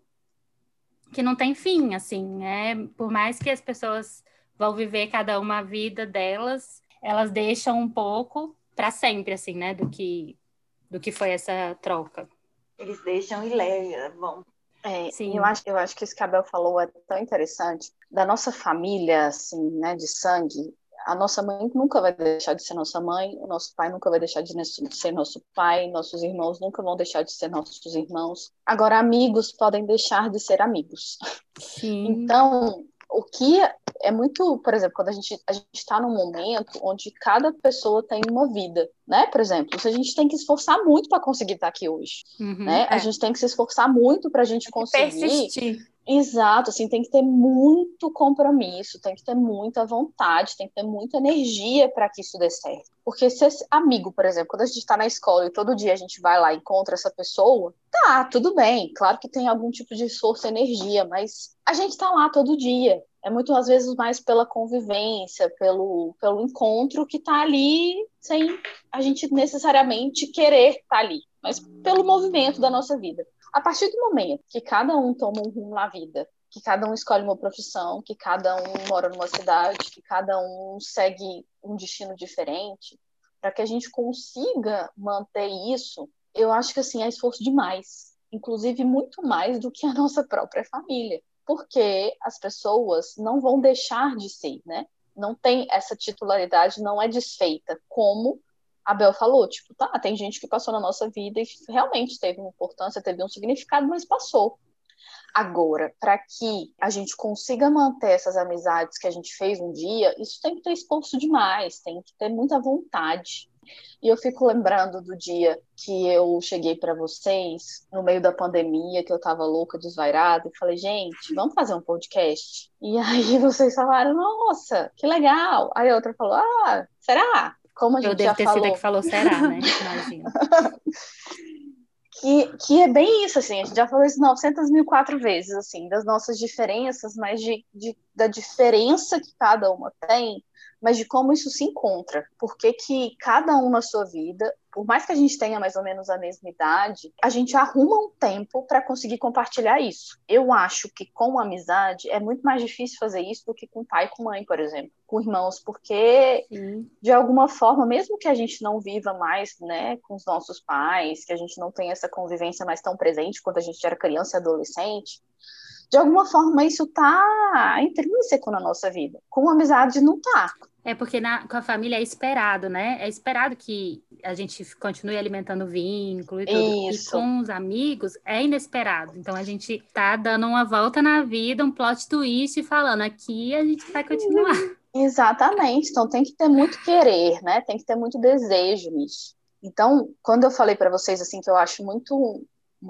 não tem fim, assim, né? Por mais que as pessoas vão viver cada uma a vida delas, elas deixam um pouco para sempre, assim, né? Do que foi essa troca. Eles deixam e levam. Sim. Eu acho que isso que a Bel falou é tão interessante. Da nossa família, assim, né, de sangue, a nossa mãe nunca vai deixar de ser nossa mãe, o nosso pai nunca vai deixar de ser nosso pai, nossos irmãos nunca vão deixar de ser nossos irmãos. Agora, amigos podem deixar de ser amigos. Sim. Então, o que é muito, por exemplo, quando a gente está num momento onde cada pessoa tem uma vida, né? Por exemplo, a gente tem que esforçar muito para conseguir estar aqui hoje, né? A gente tem que se esforçar muito para a gente conseguir. Persistir. Exato, assim, tem que ter muito compromisso, tem que ter muita vontade, tem que ter muita energia para que isso dê certo. Porque se esse amigo, por exemplo, quando a gente está na escola e todo dia a gente vai lá e encontra essa pessoa, tá, tudo bem, claro que tem algum tipo de esforço e energia, mas a gente está lá todo dia. É muito, às vezes, mais pela convivência, pelo encontro que está ali, sem a gente necessariamente querer estar ali, mas pelo movimento da nossa vida. A partir do momento que cada um toma um rumo na vida, que cada um escolhe uma profissão, que cada um mora numa cidade, que cada um segue um destino diferente, para que a gente consiga manter isso, eu acho que assim é esforço demais, inclusive muito mais do que a nossa própria família, porque as pessoas não vão deixar de ser, né? Não tem essa titularidade, não é desfeita, como a Bel falou, tipo, tá, tem gente que passou na nossa vida e realmente teve uma importância, teve um significado, mas passou. Agora, para que a gente consiga manter essas amizades que a gente fez um dia, isso tem que ter esforço demais, tem que ter muita vontade. E eu fico lembrando do dia que eu cheguei para vocês, no meio da pandemia, que eu tava louca, desvairada, e falei, gente, vamos fazer um podcast? E aí vocês falaram, nossa, que legal. Aí a outra falou, ah, será? Como a gente eu devo já ter falou... sido a que falou será, né? Imagina. que é bem isso, assim, a gente já falou isso 900.004 vezes, assim, das nossas diferenças, mas da diferença que cada uma tem mas de como isso se encontra. Por que que cada um na sua vida, por mais que a gente tenha mais ou menos a mesma idade, a gente arruma um tempo para conseguir compartilhar isso. Eu acho que com amizade é muito mais difícil fazer isso do que com pai e com mãe, por exemplo, com irmãos, porque de alguma forma, mesmo que a gente não viva mais, né, com os nossos pais, que a gente não tenha essa convivência mais tão presente quando a gente era criança e adolescente, de alguma forma isso tá intrínseco na nossa vida. Com amizade não tá. É porque com a família é esperado, né? É esperado que a gente continue alimentando o vínculo e tudo. Isso. E com os amigos é inesperado. Então a gente tá dando uma volta na vida, um plot twist, falando aqui a gente vai continuar. Exatamente. Então tem que ter muito querer, né? Tem que ter muito desejo nisso. Então, quando eu falei para vocês assim que eu acho muito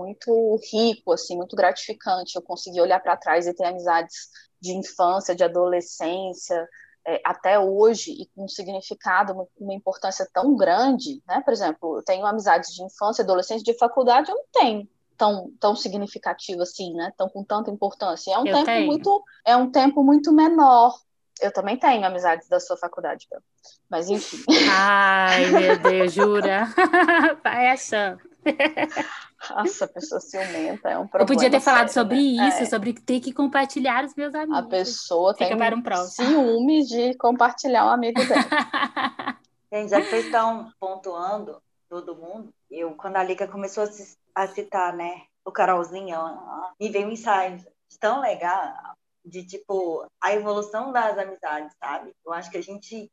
rico, assim, muito gratificante eu conseguir olhar para trás e ter amizades de infância, de adolescência, até hoje, e com um significado, uma importância tão grande, né? Por exemplo, eu tenho amizades de infância, adolescência, de faculdade, eu não tenho tão significativo assim, né? Tão com tanta importância. É um tempo muito menor. Eu também tenho amizades da sua faculdade, mas enfim. Ai, meu Deus, jura? Vai achando. Nossa, a pessoa ciumenta é um problema. Eu podia ter falado sério, sobre né? isso, sobre ter que compartilhar os meus amigos. A pessoa Fica tem para um próximo. ciúmes de compartilhar um amigo dela. Gente, já que vocês estão pontuando todo mundo, quando a Lika começou a citar, né, o Carolzinho, me veio um insight tão legal de, tipo, a evolução das amizades, sabe? Eu acho que a gente,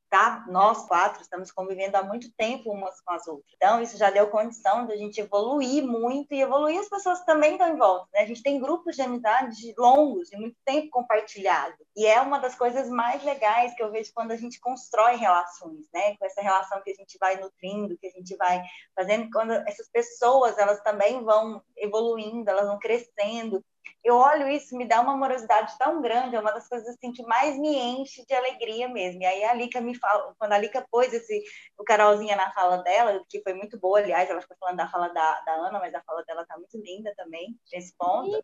nós quatro, estamos convivendo há muito tempo umas com as outras. Então, isso já deu condição de a gente evoluir muito e evoluir as pessoas que também estão em volta, né? A gente tem grupos de amizade longos, de muito tempo compartilhado. E é uma das coisas mais legais que eu vejo quando a gente constrói relações, né? Com essa relação que a gente vai nutrindo, que a gente vai fazendo, quando essas pessoas, elas também vão evoluindo, elas vão crescendo. Eu olho isso, me dá uma amorosidade tão grande, é uma das coisas assim que mais me enche de alegria mesmo. E aí a Lika me fala, quando a Lika pôs o Carolzinha na fala dela, que foi muito boa, aliás, ela ficou falando da fala da Ana, mas a fala dela tá muito linda também, nesse ponto,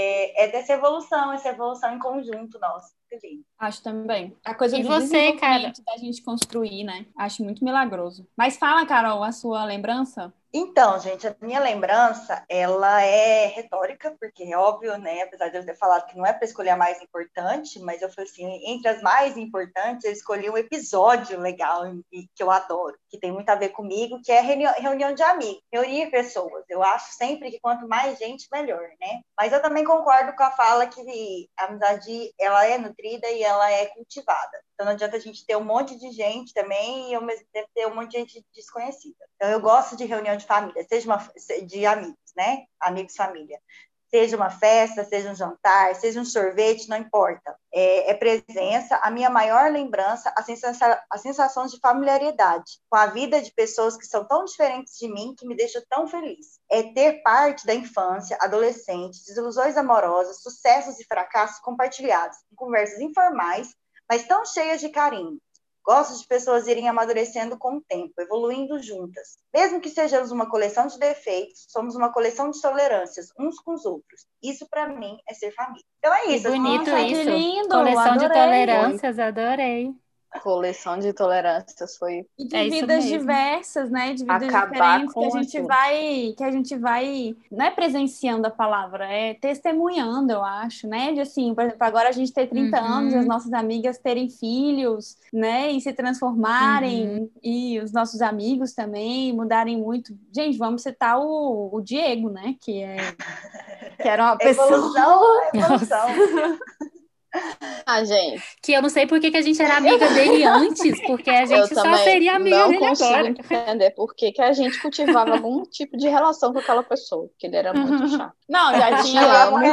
é dessa evolução, essa evolução em conjunto nosso. Acho também. A coisa E do você, desenvolvimento da gente construir, né? Acho muito milagroso. Mas fala, Carol, a sua lembrança? Então, gente, a minha lembrança, ela é retórica, porque é óbvio, né, apesar de eu ter falado que não é para escolher a mais importante, mas eu falei assim, entre as mais importantes, eu escolhi um episódio legal e que eu adoro, que tem muito a ver comigo, que é reunião de amigos, reunir pessoas. Eu acho sempre que quanto mais gente, melhor, né? Mas eu também concordo com a fala que a amizade, ela é nutrida e ela é cultivada. Então não adianta a gente ter um monte de gente também e ao mesmo tempo ter um monte de gente desconhecida. Então eu gosto de reunião de família, de amigos, né? Amigos, família. Seja uma festa, seja um jantar, seja um sorvete, não importa. É presença. A minha maior lembrança, a sensação de familiaridade com a vida de pessoas que são tão diferentes de mim, que me deixa tão feliz. É ter parte da infância, adolescente, desilusões amorosas, sucessos e fracassos compartilhados, em conversas informais, mas tão cheias de carinho. Gosto de pessoas irem amadurecendo com o tempo, evoluindo juntas. Mesmo que sejamos uma coleção de defeitos, somos uma coleção de tolerâncias uns com os outros. Isso, para mim, é ser família. Então é isso. Que bonito Nossa, isso. Que lindo, coleção adorei. de tolerâncias, adorei. Coleção de tolerâncias foi... E de vidas diversas, né? De vidas acabar diferentes com que a gente vai, não é presenciando a palavra, é testemunhando, eu acho, né? De assim, por exemplo, agora a gente ter 30 anos, as nossas amigas terem filhos, né? E se transformarem, e os nossos amigos também mudarem muito. Gente, vamos citar o Diego, né? Que era uma pessoa... Evolução. Ah, gente. Que eu não sei por que a gente era amiga dele antes, porque a gente só seria amiga dele agora. Eu também não consigo entender por que a gente cultivava algum tipo de relação com aquela pessoa, porque ele era muito chato. Não, já tinha...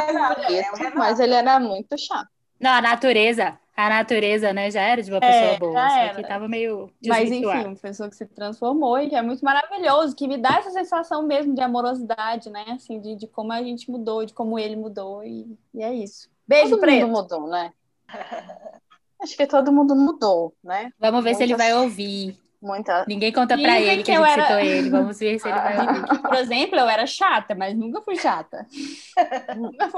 Mas ele era muito chato. Não, a natureza, né, já era de uma pessoa boa, só que tava meio desvirtuada. Mas, enfim, uma pessoa que se transformou e que é muito maravilhoso, que me dá essa sensação mesmo de amorosidade, né, assim, de como a gente mudou, de como ele mudou, e é isso. Beijo, Preto. Todo mundo mudou, né? Acho que todo mundo mudou, né? Vamos ver se ele vai ouvir. Ninguém conta pra ele que a gente citou ele. Vamos ver se ele vai ouvir. Por exemplo, eu era chata, mas nunca fui chata. Nunca fui.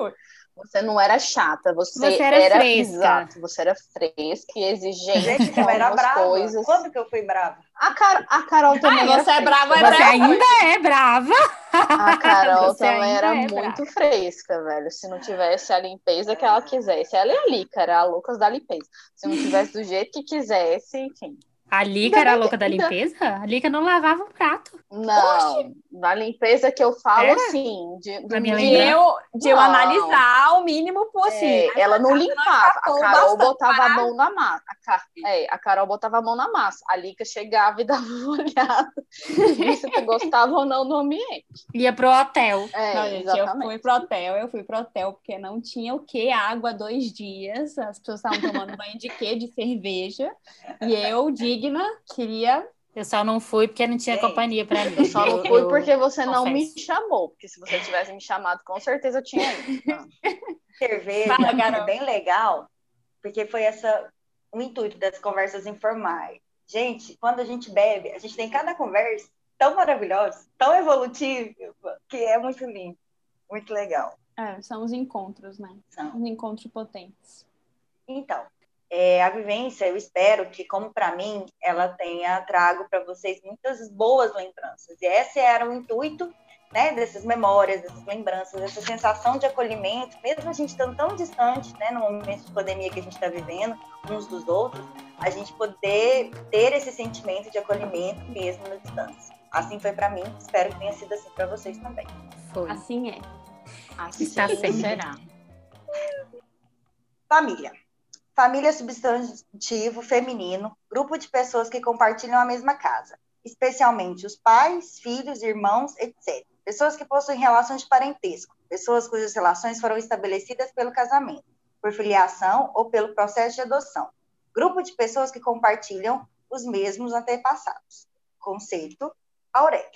Você não era chata, você Você era era fresca. exato, você era fresca e exigente Gente, com eu era algumas brava. coisas. Quando que eu fui brava? A Carol também era você é fresca. brava Você até ainda é brava. A Carol Você também ainda era é muito brava. fresca, velho. Se não tivesse a limpeza que ela quisesse. Ela e a Lica era a loucas da limpeza. Se não tivesse do jeito que quisesse, enfim. A Lica Ainda era a bem louca da ainda... limpeza? A Lica não lavava o prato. Não, da limpeza que eu falo, Era? assim, do Na minha De mínimo. lembrança. eu analisar o mínimo possível. Ela não limpava. A Escapou Carol bastante. botava a mão na massa. A Carol botava a mão na massa. A Lica chegava e dava uma olhada e via se tu gostava ou não do ambiente. Ia pro hotel. Não, gente, Exatamente. eu fui pro hotel porque não tinha o quê? Água 2 dias. As pessoas estavam tomando banho de quê? De cerveja. E eu, digna, queria. Eu só não fui porque não tinha Gente, companhia pra mim. Eu só não fui porque você não me confesso. chamou. Porque se você tivesse me chamado, com certeza eu tinha ido. cerveja Fala, é Carol. bem legal, porque foi o intuito das conversas informais. Gente, quando a gente bebe, a gente tem cada conversa tão maravilhosa, tão evolutiva, que é muito lindo, muito legal. São os encontros, né? São. Os encontros potentes. Então, a vivência, eu espero que, como para mim, ela tenha trago para vocês muitas boas lembranças. E esse era o intuito, né, dessas memórias, dessas lembranças, dessa sensação de acolhimento, mesmo a gente estando tão distante, né, no momento de pandemia que a gente está vivendo, uns dos outros, a gente poder ter esse sentimento de acolhimento mesmo na distância. Assim foi para mim, espero que tenha sido assim para vocês também. Foi. Assim é. Assim Está sendo. será. Família. Família é substantivo feminino, grupo de pessoas que compartilham a mesma casa, especialmente os pais, filhos, irmãos, etc. Pessoas que possuem relações de parentesco, pessoas cujas relações foram estabelecidas pelo casamento, por filiação ou pelo processo de adoção. Grupo de pessoas que compartilham os mesmos antepassados. Conceito Aurélio.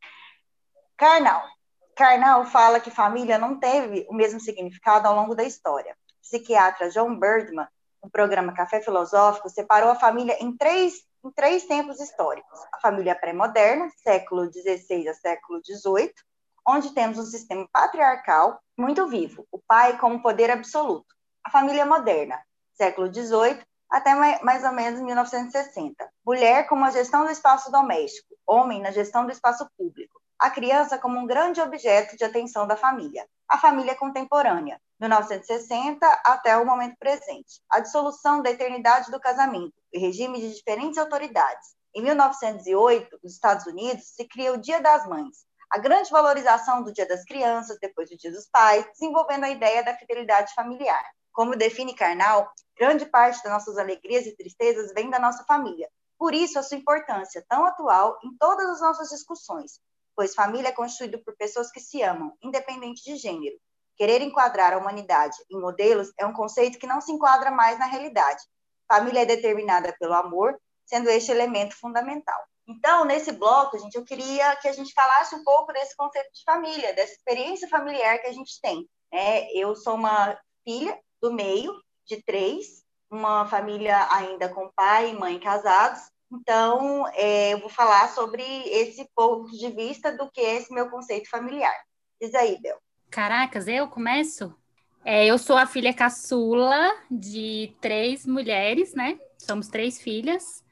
Karnal. Karnal fala que família não teve o mesmo significado ao longo da história. O psiquiatra John Birdman, no programa Café Filosófico, separou a família em três tempos históricos. A família pré-moderna, século XVI a século XVIII, onde temos um sistema patriarcal muito vivo, o pai como poder absoluto. A família moderna, século XVIII até mais ou menos 1960. Mulher como a gestão do espaço doméstico, homem na gestão do espaço público. A criança como um grande objeto de atenção da família. A família contemporânea, 1960 até o momento presente. A dissolução da eternidade do casamento e regime de diferentes autoridades. Em 1908, nos Estados Unidos, se cria o Dia das Mães. A grande valorização do Dia das Crianças, depois do Dia dos Pais, desenvolvendo a ideia da fidelidade familiar. Como define Karnal, grande parte das nossas alegrias e tristezas vem da nossa família. Por isso, a sua importância tão atual em todas as nossas discussões, pois família é constituída por pessoas que se amam, independente de gênero. Querer enquadrar a humanidade em modelos é um conceito que não se enquadra mais na realidade. Família é determinada pelo amor, sendo este elemento fundamental. Então, nesse bloco, gente, eu queria que a gente falasse um pouco desse conceito de família, dessa experiência familiar que a gente tem. Eu sou uma filha do meio, de 3, uma família ainda com pai e mãe casados. Então, eu vou falar sobre esse ponto de vista do que é esse meu conceito familiar. Diz aí, Bel. Caracas, eu começo? Eu sou a filha caçula de 3 mulheres, né? Somos 3 filhas.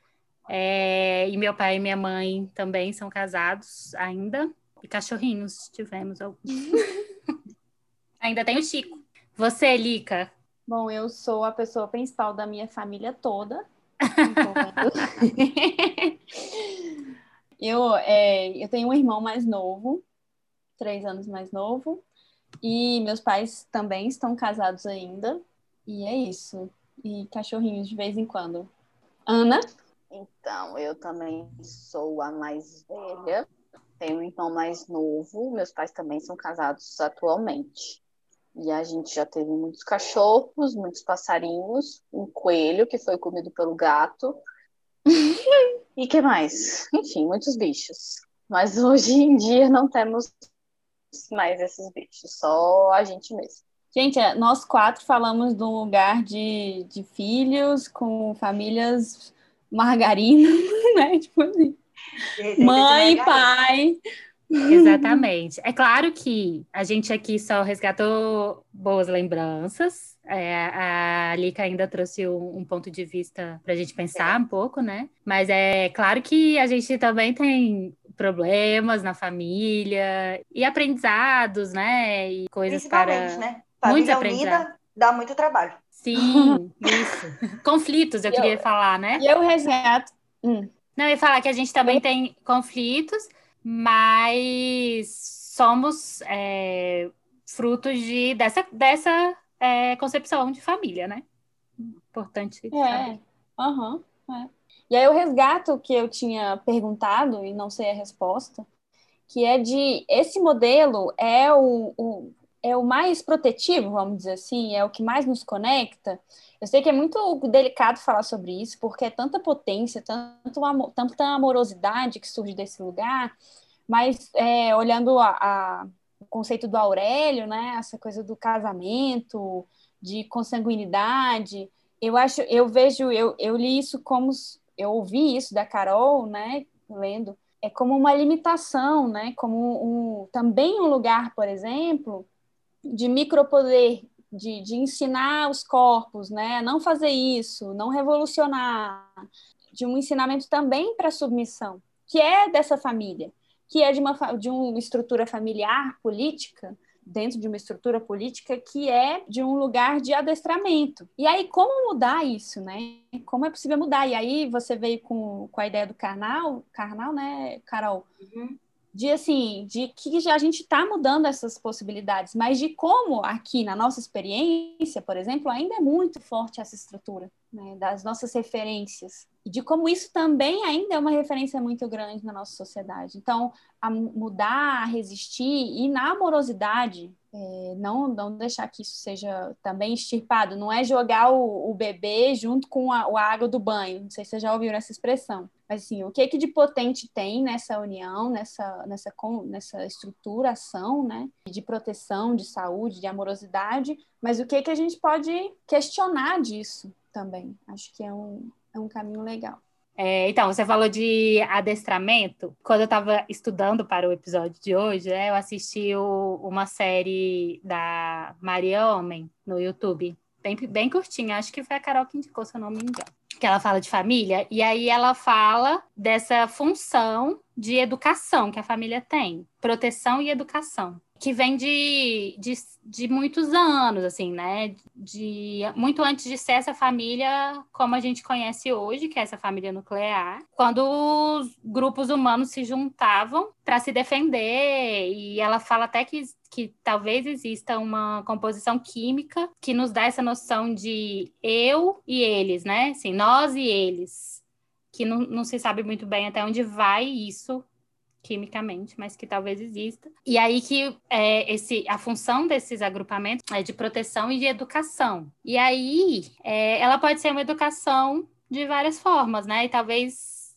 E meu pai e minha mãe também são casados ainda. E cachorrinhos, tivemos alguns. Ainda tem o Chico. Você, Lica? Bom, eu sou a pessoa principal da minha família toda. Eu tenho um irmão mais novo, 3 anos mais novo, e meus pais também estão casados ainda, e é isso. E cachorrinhos de vez em quando. Ana? Então, eu também sou a mais velha, tenho um irmão mais novo, meus pais também são casados atualmente. E a gente já teve muitos cachorros, muitos passarinhos, um coelho que foi comido pelo gato. E que mais? Enfim, muitos bichos. Mas hoje em dia não temos mais esses bichos, só a gente mesmo. Gente, nós 4 falamos de um lugar de filhos com famílias margarinas, né? Tipo assim. Mãe, pai, Exatamente. É claro que a gente aqui só resgatou boas lembranças. A Lika ainda trouxe um ponto de vista para a gente pensar um pouco, né? Mas é claro que a gente também tem problemas na família e aprendizados, né? E coisas Principalmente, para né? muitos Família aprendizados. unida dá muito trabalho. Sim, isso. Conflitos, eu E eu, queria falar, né? e eu resgato. Não, eu ia falar que a gente também tem conflitos, mas somos frutos dessa concepção de família, né? Importante saber. Aham, é. E aí eu resgato o que eu tinha perguntado e não sei a resposta, que é de esse modelo é o mais protetivo, vamos dizer assim, é o que mais nos conecta. Eu sei que é muito delicado falar sobre isso, porque é tanta potência, tanto amor, tanta amorosidade que surge desse lugar, mas olhando o conceito do Aurélio, né, essa coisa do casamento, de consanguinidade, eu li isso eu ouvi isso da Carol, né, lendo, como uma limitação, né, como também um lugar, por exemplo, de micropoder, de ensinar os corpos, né, a não fazer isso, não revolucionar, de um ensinamento também para submissão, que é dessa família, que é de uma estrutura familiar política, dentro de uma estrutura política que é de um lugar de adestramento. E aí, como mudar isso, né? Como é possível mudar? E aí você veio com a ideia do carnal, né, Carol? Uhum. De que já a gente está mudando essas possibilidades, mas de como aqui na nossa experiência, por exemplo, ainda é muito forte essa estrutura, né, das nossas referências, e de como isso também ainda é uma referência muito grande na nossa sociedade. Então, a mudar, a resistir, e na amorosidade, não deixar que isso seja também extirpado, não é jogar o bebê junto com a água do banho, não sei se vocês já ouviram essa expressão. Mas, assim, o que de potente tem nessa união, nessa estruturação, né, de proteção, de saúde, de amorosidade, mas o que a gente pode questionar disso também? Acho que é um caminho legal. Então, você falou de adestramento. Quando eu estava estudando para o episódio de hoje, eu assisti uma série da Maria Homem no YouTube, bem curtinha. Acho que foi a Carol que indicou, se eu não me engano. Que ela fala de família, e aí ela fala dessa função de educação que a família tem, proteção e educação, que vem de muitos anos, assim, né? Muito antes de ser essa família como a gente conhece hoje, que é essa família nuclear, quando os grupos humanos se juntavam para se defender, e ela fala até que talvez exista uma composição química que nos dá essa noção de eu e eles, né? Assim, nós e eles, que não se sabe muito bem até onde vai isso quimicamente, mas que talvez exista. E aí que a função desses agrupamentos é de proteção e de educação. E aí ela pode ser uma educação de várias formas, né? E talvez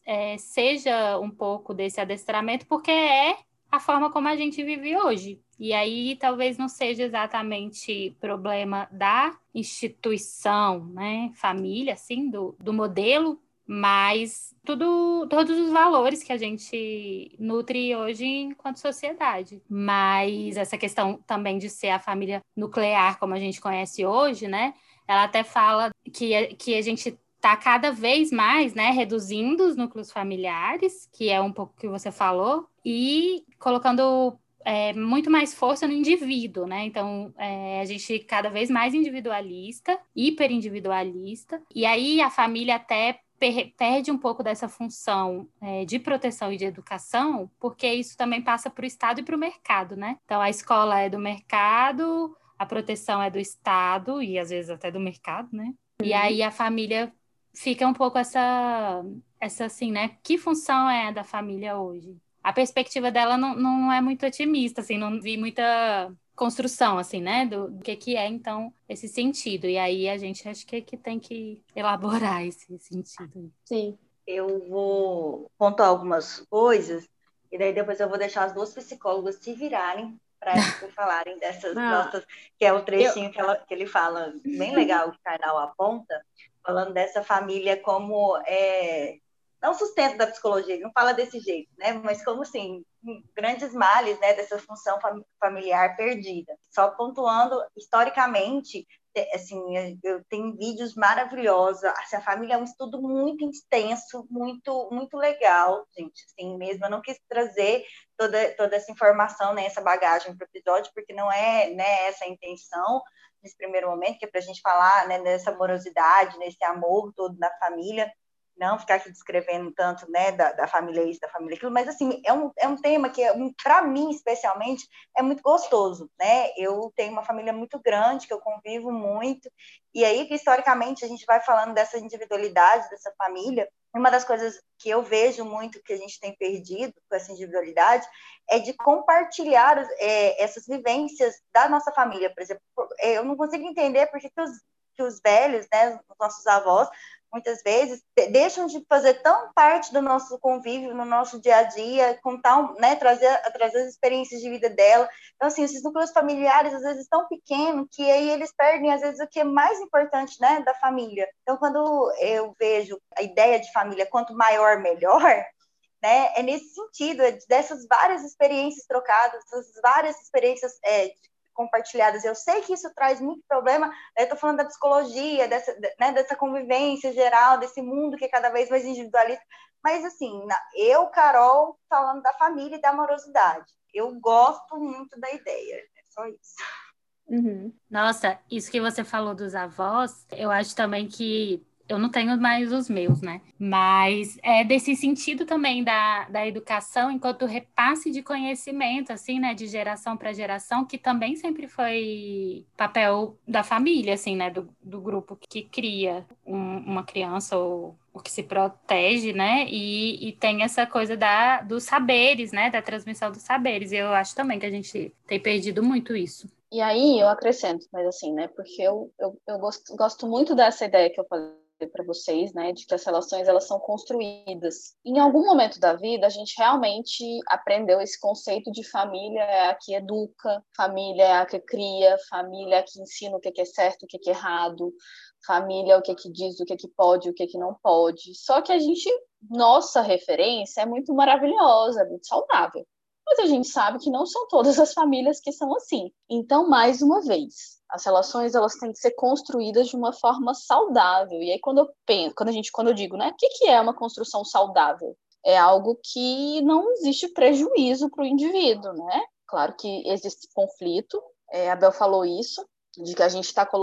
seja um pouco desse adestramento, porque é a forma como a gente vive hoje. E aí talvez não seja exatamente problema da instituição, né? Família, assim, do modelo, mas todos os valores que a gente nutre hoje enquanto sociedade. Mas essa questão também de ser a família nuclear, como a gente conhece hoje, né? Ela até fala que a gente está cada vez mais, né, reduzindo os núcleos familiares, que é um pouco o que você falou, e colocando muito mais força no indivíduo, né? Então, a gente cada vez mais individualista, hiperindividualista, e aí a família até perde um pouco dessa função de proteção e de educação, porque isso também passa para o Estado e para o mercado, né? Então, a escola é do mercado, a proteção é do Estado, e às vezes até do mercado, né? E aí a família fica um pouco essa assim, né? Que função é a da família hoje? A perspectiva dela não é muito otimista, assim, não vi muita construção, assim, né, do que é, então, esse sentido. E aí a gente acho que tem que elaborar esse sentido. Sim. Eu vou pontuar algumas coisas, e daí depois eu vou deixar as duas psicólogas se virarem para falarem dessas nossas, que é o trechinho que ele fala, bem legal, que o Karnal aponta, falando dessa família como não sustento da psicologia, ele não fala desse jeito, né? Mas como assim, grandes males, né, dessa função familiar perdida. Só pontuando, historicamente, assim, eu tenho vídeos maravilhosos, assim, a família é um estudo muito extenso, muito legal, gente, assim mesmo, eu não quis trazer toda essa informação, né, essa bagagem para o episódio, porque não é, né, essa a intenção nesse primeiro momento, que é para a gente falar, né, dessa amorosidade, nesse amor todo da família, não ficar aqui descrevendo tanto, né, da família isso, da família aquilo, mas, assim, é um tema que, para mim, especialmente, é muito gostoso, né, eu tenho uma família muito grande, que eu convivo muito, e aí, que historicamente, a gente vai falando dessa individualidade, dessa família, uma das coisas que eu vejo muito que a gente tem perdido com essa individualidade é de compartilhar essas vivências da nossa família, por exemplo, eu não consigo entender porque que os velhos, né, os nossos avós, muitas vezes, deixam de fazer tão parte do nosso convívio, no nosso dia a dia, contar, né, trazer as experiências de vida dela. Então, assim, esses núcleos familiares, às vezes, tão pequenos, que aí eles perdem, às vezes, o que é mais importante, né, da família. Então, quando eu vejo a ideia de família, quanto maior, melhor, né, é nesse sentido, dessas várias experiências trocadas, essas várias experiências compartilhadas. Eu sei que isso traz muito problema, eu estou falando da psicologia, né, dessa convivência geral, desse mundo que é cada vez mais individualista, mas assim, eu, Carol, falando da família e da amorosidade, eu gosto muito da ideia, é só isso. Uhum. Nossa, isso que você falou dos avós, eu acho também que eu não tenho mais os meus, né? Mas é desse sentido também da educação enquanto repasse de conhecimento, assim, né? De geração para geração, que também sempre foi papel da família, assim, né? Do grupo que cria uma criança ou o que se protege, né? E tem essa coisa dos saberes, né? Da transmissão dos saberes. E eu acho também que a gente tem perdido muito isso. E aí eu acrescento, mas assim, né? Porque eu gosto muito dessa ideia que eu falei para vocês, né? De que as relações elas são construídas. Em algum momento da vida, a gente realmente aprendeu esse conceito de família é a que educa, família é a que cria, família é a que ensina o que é certo, o que é errado, família é o que diz, o que pode, o que não pode. Só que nossa referência é muito maravilhosa, é muito saudável. Mas a gente sabe que não são todas as famílias que são assim. Então, mais uma vez, as relações elas têm que ser construídas de uma forma saudável. E aí quando eu penso, quando eu digo, né, o que é uma construção saudável? É algo que não existe prejuízo para o indivíduo, né? Claro que existe conflito. A Bel falou isso, de que a gente está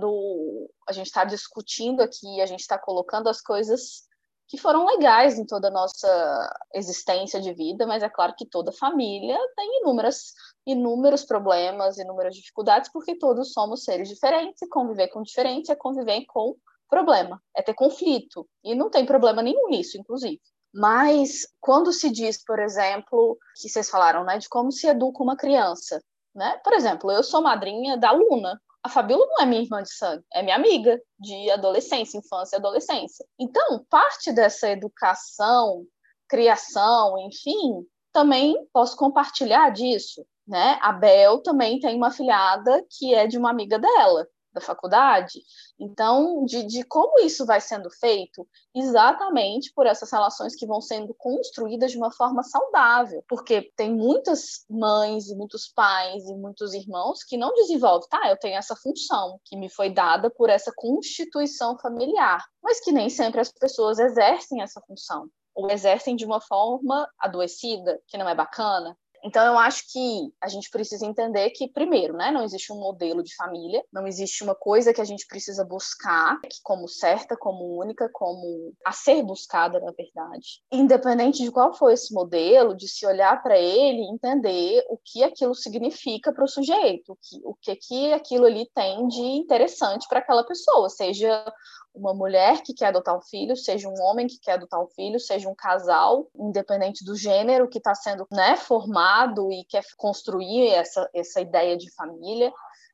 discutindo aqui, a gente está colocando as coisas que foram legais em toda a nossa existência de vida, mas é claro que toda família tem inúmeros problemas, inúmeras dificuldades, porque todos somos seres diferentes, e conviver com diferentes é conviver com problema, é ter conflito, e não tem problema nenhum nisso, inclusive. Mas quando se diz, por exemplo, que vocês falaram, né, de como se educa uma criança, né? Por exemplo, eu sou madrinha da Luna. A Fabíola não é minha irmã de sangue, é minha amiga de adolescência, infância e adolescência. Então, parte dessa educação, criação, enfim, também posso compartilhar disso, né? A Bel também tem uma afilhada que é de uma amiga dela, da faculdade. Então, de como isso vai sendo feito, exatamente por essas relações que vão sendo construídas de uma forma saudável, porque tem muitas mães e muitos pais e muitos irmãos que não desenvolvem, tá, eu tenho essa função que me foi dada por essa constituição familiar, mas que nem sempre as pessoas exercem essa função, ou exercem de uma forma adoecida, que não é bacana. Então, eu acho que a gente precisa entender que, primeiro, né, não existe um modelo de família, não existe uma coisa que a gente precisa buscar como certa, como única, como a ser buscada, na verdade. Independente de qual for esse modelo, de se olhar para ele e entender o que aquilo significa para o sujeito, o que aquilo ali tem de interessante para aquela pessoa, seja uma mulher que quer adotar um filho, seja um homem que quer adotar um filho, seja um casal, independente do gênero que está sendo, né, formado e quer construir essa ideia de família.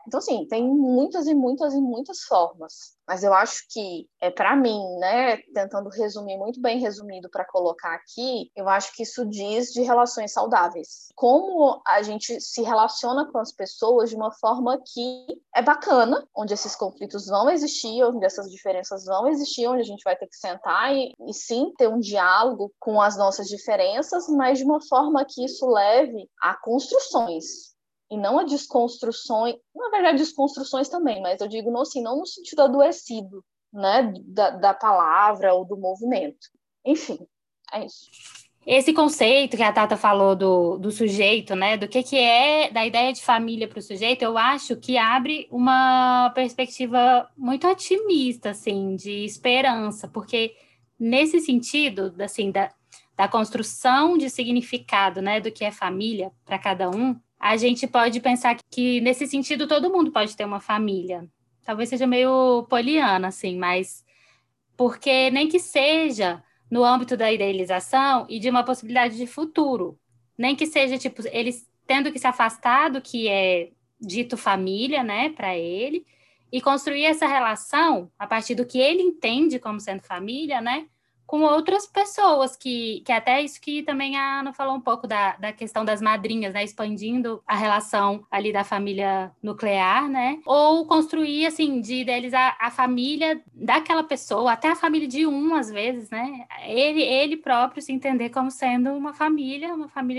Então, assim, tem muitas e muitas e muitas formas. Mas eu acho que, para mim, né, tentando resumir, muito bem resumido para colocar aqui, eu acho que isso diz de relações saudáveis. Como a gente se relaciona com as pessoas de uma forma que é bacana, onde esses conflitos vão existir, onde essas diferenças vão existir, onde a gente vai ter que sentar e sim ter um diálogo com as nossas diferenças, mas de uma forma que isso leve a construções e não a desconstruções, na verdade desconstruções também, mas eu digo não, assim, não no sentido adoecido, né, da palavra ou do movimento. Enfim, é isso. Esse conceito que a Tata falou do sujeito, né, do que é, da ideia de família para o sujeito, eu acho que abre uma perspectiva muito otimista, assim, de esperança, porque nesse sentido, assim, da construção de significado, né, do que é família para cada um, a gente pode pensar que, nesse sentido, todo mundo pode ter uma família. Talvez seja meio poliana, assim, mas porque nem que seja no âmbito da idealização e de uma possibilidade de futuro. Nem que seja, tipo, eles tendo que se afastar do que é dito família, né, para ele, e construir essa relação a partir do que ele entende como sendo família, né, com outras pessoas, que até isso que também a Ana falou um pouco da questão das madrinhas, né, expandindo a relação ali da família nuclear, né, ou construir, assim, de idealizar a família daquela pessoa, até a família de às vezes, né, ele próprio se entender como sendo uma família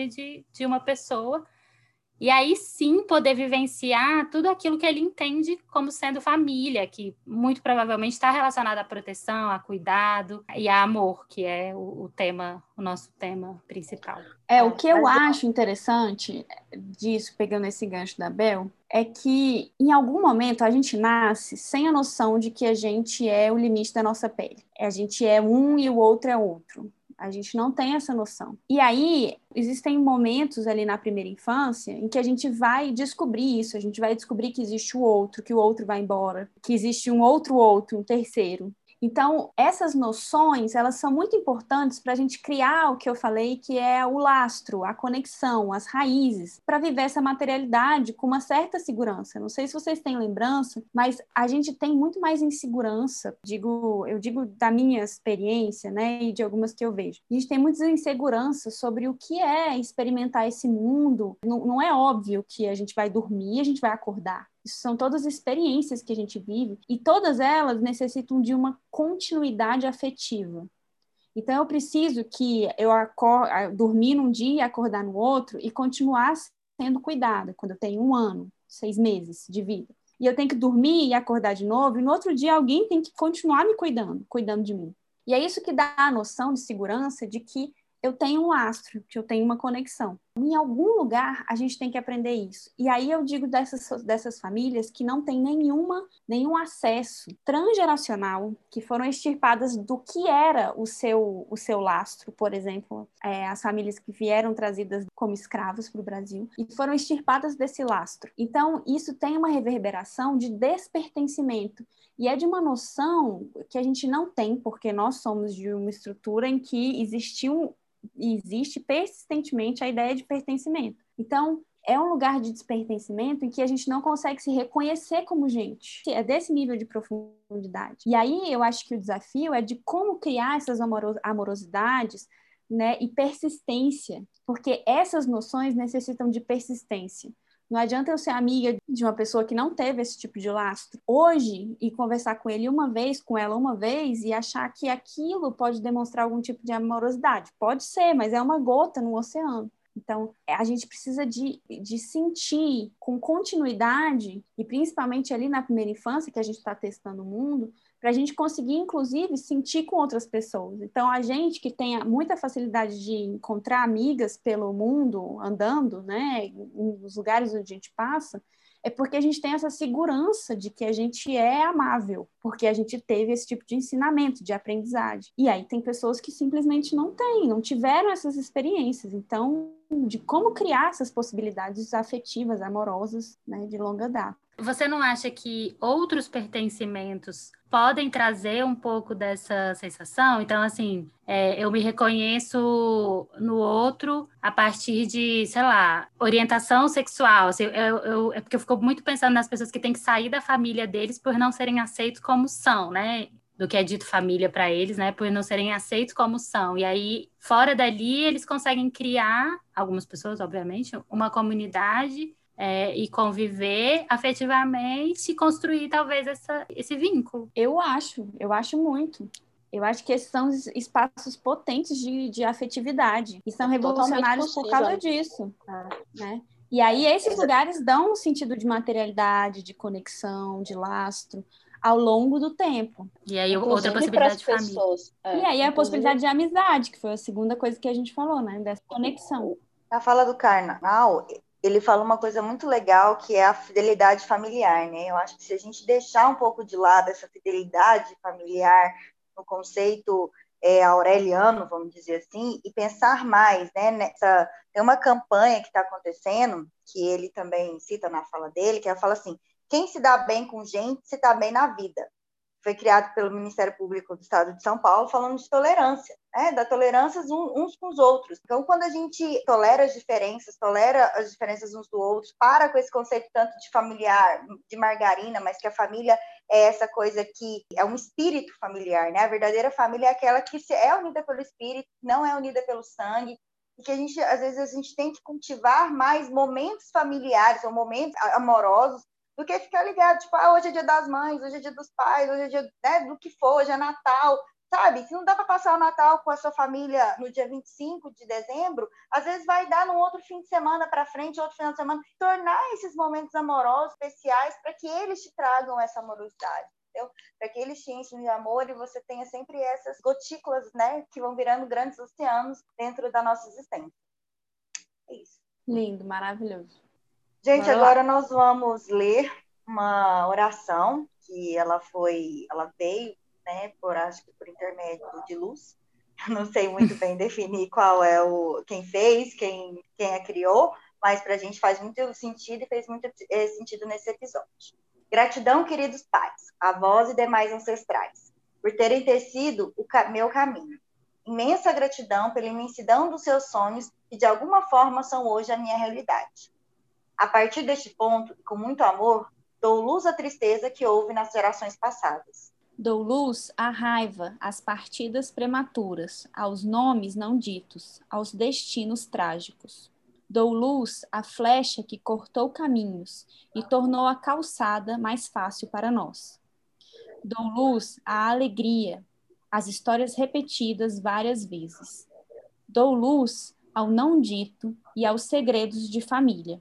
de uma pessoa, e aí sim poder vivenciar tudo aquilo que ele entende como sendo família, que muito provavelmente está relacionado à proteção, a cuidado e a amor, que é o nosso tema principal. O que eu acho interessante disso, pegando esse gancho da Bel, é que em algum momento a gente nasce sem a noção de que a gente é o limite da nossa pele. A gente é um e o outro é outro. A gente não tem essa noção. E aí, existem momentos ali na primeira infância em que a gente vai descobrir isso, a gente vai descobrir que existe o outro, que o outro vai embora, que existe um outro, um terceiro. Então, essas noções, elas são muito importantes para a gente criar o que eu falei, que é o lastro, a conexão, as raízes, para viver essa materialidade com uma certa segurança. Não sei se vocês têm lembrança, mas a gente tem muito mais insegurança, eu digo da minha experiência, né, e de algumas que eu vejo. A gente tem muitas inseguranças sobre o que é experimentar esse mundo. Não é óbvio que a gente vai dormir, a gente vai acordar. Isso são todas experiências que a gente vive e todas elas necessitam de uma continuidade afetiva. Então, eu preciso que eu dormir num dia e acordar no outro e continuar sendo cuidada quando eu tenho 1 ano, 6 meses de vida. E eu tenho que dormir e acordar de novo e no outro dia alguém tem que continuar me cuidando de mim. E é isso que dá a noção de segurança de que eu tenho um lastro, que eu tenho uma conexão. Em algum lugar, a gente tem que aprender isso. E aí eu digo dessas famílias que não têm nenhum acesso transgeracional, que foram extirpadas do que era o seu lastro, por exemplo, as famílias que vieram trazidas como escravos para o Brasil, e foram extirpadas desse lastro. Então, isso tem uma reverberação de despertencimento. E é de uma noção que a gente não tem, porque nós somos de uma estrutura em que existe persistentemente a ideia de pertencimento. Então, é um lugar de despertencimento em que a gente não consegue se reconhecer como gente. É desse nível de profundidade. E aí, eu acho que o desafio é de como criar essas amorosidades, né, e persistência, porque essas noções necessitam de persistência. Não adianta eu ser amiga de uma pessoa que não teve esse tipo de lastro hoje e conversar com ela uma vez e achar que aquilo pode demonstrar algum tipo de amorosidade. Pode ser, mas é uma gota no oceano. Então, a gente precisa de sentir com continuidade, e principalmente ali na primeira infância, que a gente está testando o mundo, para a gente conseguir, inclusive, sentir com outras pessoas. Então, a gente que tem muita facilidade de encontrar amigas pelo mundo, andando, né, nos lugares onde a gente passa, é porque a gente tem essa segurança de que a gente é amável, porque a gente teve esse tipo de ensinamento, de aprendizagem. E aí tem pessoas que simplesmente não tiveram essas experiências. Então, de como criar essas possibilidades afetivas, amorosas, né, de longa data. Você não acha que outros pertencimentos podem trazer um pouco dessa sensação? Então, assim, eu me reconheço no outro a partir de, sei lá, orientação sexual. Assim, é porque eu fico muito pensando nas pessoas que têm que sair da família deles por não serem aceitos como são, né? Do que é dito família para eles, né? Por não serem aceitos como são. E aí, fora dali, eles conseguem criar, algumas pessoas, obviamente, uma comunidade e conviver afetivamente e construir talvez esse vínculo. Eu acho muito. Eu acho que esses são espaços potentes de afetividade e são revolucionários por causa disso, né? E aí esses lugares dão um sentido de materialidade, de conexão, de lastro ao longo do tempo. E aí outra possibilidade de família. E aí a possibilidade de amizade, que foi a segunda coisa que a gente falou, né? Dessa conexão. Na fala do Karnal, ele fala uma coisa muito legal, que é a fidelidade familiar, né? Eu acho que se a gente deixar um pouco de lado essa fidelidade familiar no conceito aureliano, vamos dizer assim, e pensar mais, né? Tem uma campanha que está acontecendo, que ele também cita na fala dele, que ela fala assim: quem se dá bem com gente, se dá bem na vida. Foi criado pelo Ministério Público do Estado de São Paulo, falando de tolerância, né? Da tolerância uns com os outros. Então, quando a gente tolera as diferenças uns do outro, para com esse conceito tanto de familiar, de margarina, mas que a família é essa coisa que é um espírito familiar, né? A verdadeira família é aquela que é unida pelo espírito, não é unida pelo sangue, e que às vezes a gente tem que cultivar mais momentos familiares ou momentos amorosos do que ficar ligado, tipo, hoje é dia das mães, hoje é dia dos pais, hoje é dia, né, do que for, hoje é Natal, sabe? Se não dá para passar o Natal com a sua família no dia 25 de dezembro, às vezes vai dar num outro fim de semana para frente, outro final de semana, tornar esses momentos amorosos, especiais, para que eles te tragam essa amorosidade, entendeu? Para que eles te enchem de amor e você tenha sempre essas gotículas, né, que vão virando grandes oceanos dentro da nossa existência. É isso. Lindo, maravilhoso. Gente, agora nós vamos ler uma oração que ela veio, né, acho que por intermédio de Luz. Eu não sei muito bem definir qual é quem fez, quem a criou, mas para a gente faz muito sentido e fez muito sentido nesse episódio. Gratidão, queridos pais, avós e demais ancestrais, por terem tecido o meu caminho. Imensa gratidão pela imensidão dos seus sonhos, que de alguma forma são hoje a minha realidade. A partir deste ponto, com muito amor, dou luz à tristeza que houve nas gerações passadas. Dou luz à raiva, às partidas prematuras, aos nomes não ditos, aos destinos trágicos. Dou luz à flecha que cortou caminhos e tornou a calçada mais fácil para nós. Dou luz à alegria, às histórias repetidas várias vezes. Dou luz ao não dito e aos segredos de família.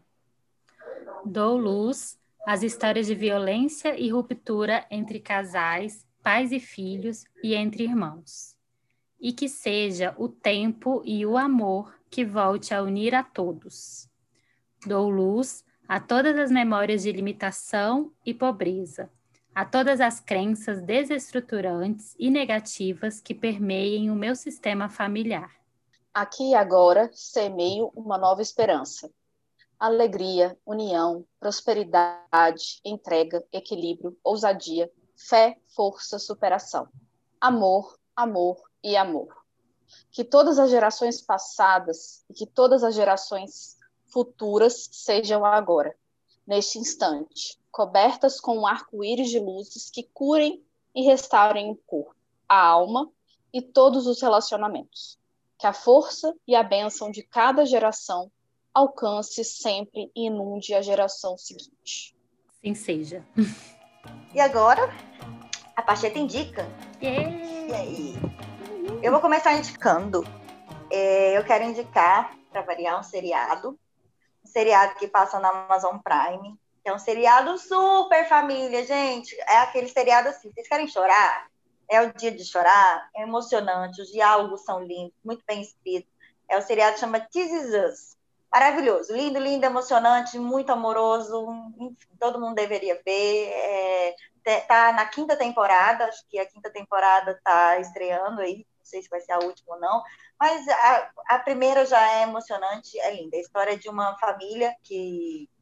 Dou luz às histórias de violência e ruptura entre casais, pais e filhos e entre irmãos. E que seja o tempo e o amor que volte a unir a todos. Dou luz a todas as memórias de limitação e pobreza, a todas as crenças desestruturantes e negativas que permeiem o meu sistema familiar. Aqui e agora semeio uma nova esperança. Alegria, união, prosperidade, entrega, equilíbrio, ousadia, fé, força, superação. Amor, amor e amor. Que todas as gerações passadas e que todas as gerações futuras sejam agora, neste instante, cobertas com um arco-íris de luzes que curem e restaurem o corpo, a alma e todos os relacionamentos. Que a força e a bênção de cada geração alcance sempre e inunde a geração seguinte. Sim seja. E agora, a Pacheta indica. E aí? Eu vou começar indicando. Eu quero indicar, para variar, um seriado que passa na Amazon Prime, que é um seriado super família, gente. É aquele seriado assim, vocês querem chorar? É o dia de chorar, é emocionante, os diálogos são lindos, muito bem escritos. É o seriado que chama This Is Us. Maravilhoso, lindo, lindo, emocionante, muito amoroso, enfim, todo mundo deveria ver. Tá na 5ª temporada, acho que a 5ª temporada tá estreando aí, não sei se vai ser a última ou não, mas a primeira já é emocionante, é linda. A história de uma família que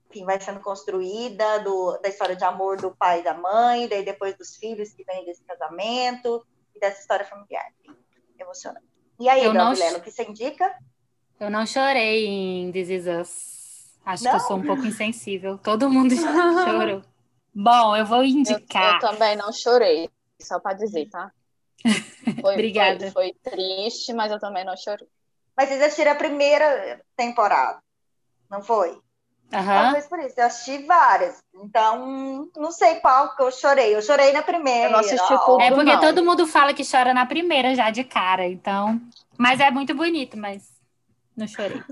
enfim, vai sendo construída, da história de amor do pai e da mãe, daí depois dos filhos que vêm desse casamento, e dessa história familiar. Enfim, emocionante. E aí, Gabriela, o que você indica? Eu não chorei em This Is Us. Acho que eu Não? sou um pouco insensível. Todo mundo já chorou. Bom, eu vou Eu indicar. também não chorei, só para dizer, tá? Obrigada. Foi triste, mas eu também não chorei. Mas vocês assistiram a primeira temporada, não foi? Talvez por isso. Eu assisti várias. Então, não sei qual que eu chorei. Eu chorei na primeira. Eu não assisti tudo, É porque não. todo mundo fala que chora na primeira já de cara, então. Mas é muito bonito, mas não chorei.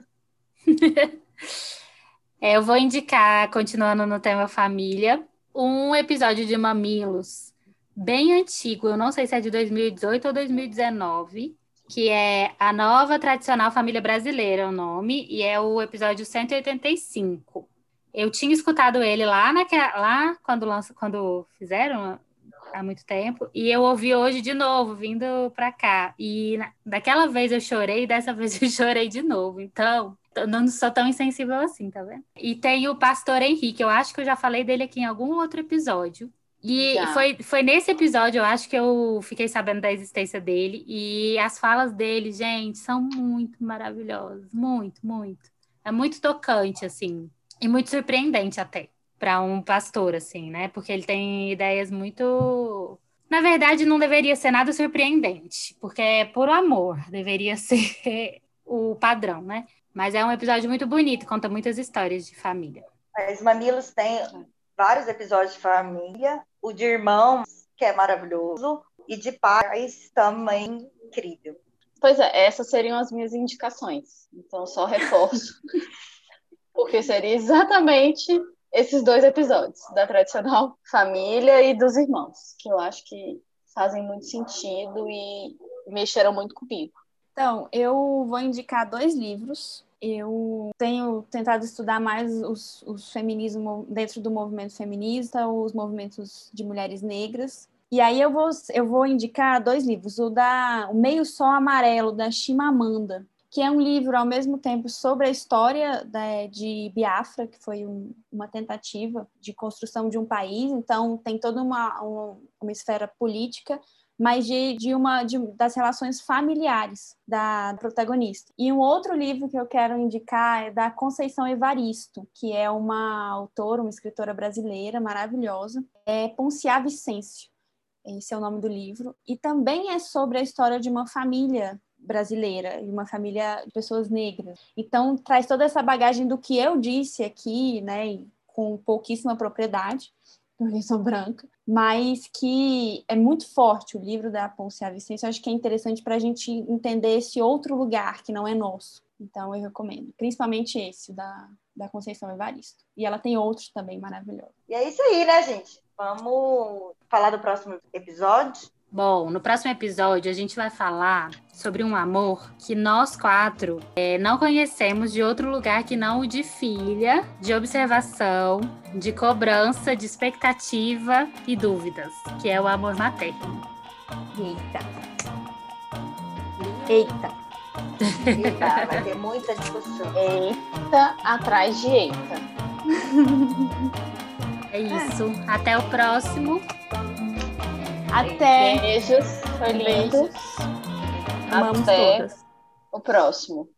Eu vou indicar, continuando no tema família, um episódio de Mamilos bem antigo. Eu não sei se é de 2018 ou 2019, que é A Nova Tradicional Família Brasileira, o nome, e é o episódio 185. Eu tinha escutado ele lá quando fizeram há muito tempo, e eu ouvi hoje de novo, vindo pra cá. E daquela vez eu chorei, e dessa vez eu chorei de novo. Então, eu não sou tão insensível assim, tá vendo? E tem o Pastor Henrique, eu acho que eu já falei dele aqui em algum outro episódio. E foi nesse episódio, eu acho que eu fiquei sabendo da existência dele. E as falas dele, gente, são muito maravilhosas. Muito, muito. É muito tocante, assim. E muito surpreendente até. Para um pastor, assim, né? Porque ele tem ideias muito... Na verdade, não deveria ser nada surpreendente. Porque é puro amor. Deveria ser o padrão, né? Mas é um episódio muito bonito. Conta muitas histórias de família. Os Mamilos têm vários episódios de família, o de irmãos, que é maravilhoso, e de pais também incrível. Pois é, essas seriam as minhas indicações. Então, só reforço. Porque seria exatamente esses 2 episódios, da tradicional família e dos irmãos, que eu acho que fazem muito sentido e mexeram muito comigo. Então, eu vou indicar 2 livros. Eu tenho tentado estudar mais os feminismo dentro do movimento feminista, os movimentos de mulheres negras. E aí eu vou indicar 2 livros. O Meio Sol Amarelo, da Chimamanda, que é um livro, ao mesmo tempo, sobre a história de Biafra, que foi uma tentativa de construção de um país. Então, tem toda uma esfera política, mas das relações familiares da protagonista. E um outro livro que eu quero indicar é da Conceição Evaristo, que é uma autora, uma escritora brasileira maravilhosa, é Ponciá Vicêncio, esse é o nome do livro, e também é sobre a história de uma família brasileira, e uma família de pessoas negras. Então, traz toda essa bagagem do que eu disse aqui, né, com pouquíssima propriedade, porque sou branca, mas que é muito forte o livro da Ponciá Vicêncio. Eu acho que é interessante para a gente entender esse outro lugar que não é nosso. Então, eu recomendo, principalmente esse, da Conceição Evaristo. E ela tem outros também maravilhosos. E é isso aí, né, gente? Vamos falar do próximo episódio? Bom, no próximo episódio a gente vai falar sobre um amor que nós 4 não conhecemos de outro lugar que não o de filha, de observação, de cobrança, de expectativa e dúvidas, que é o amor materno. Eita, vai ter muita discussão. Eita atrás de eita. É isso. Até o próximo. Até. Beijos. Foi lindo. Amamos Até todas. o próximo.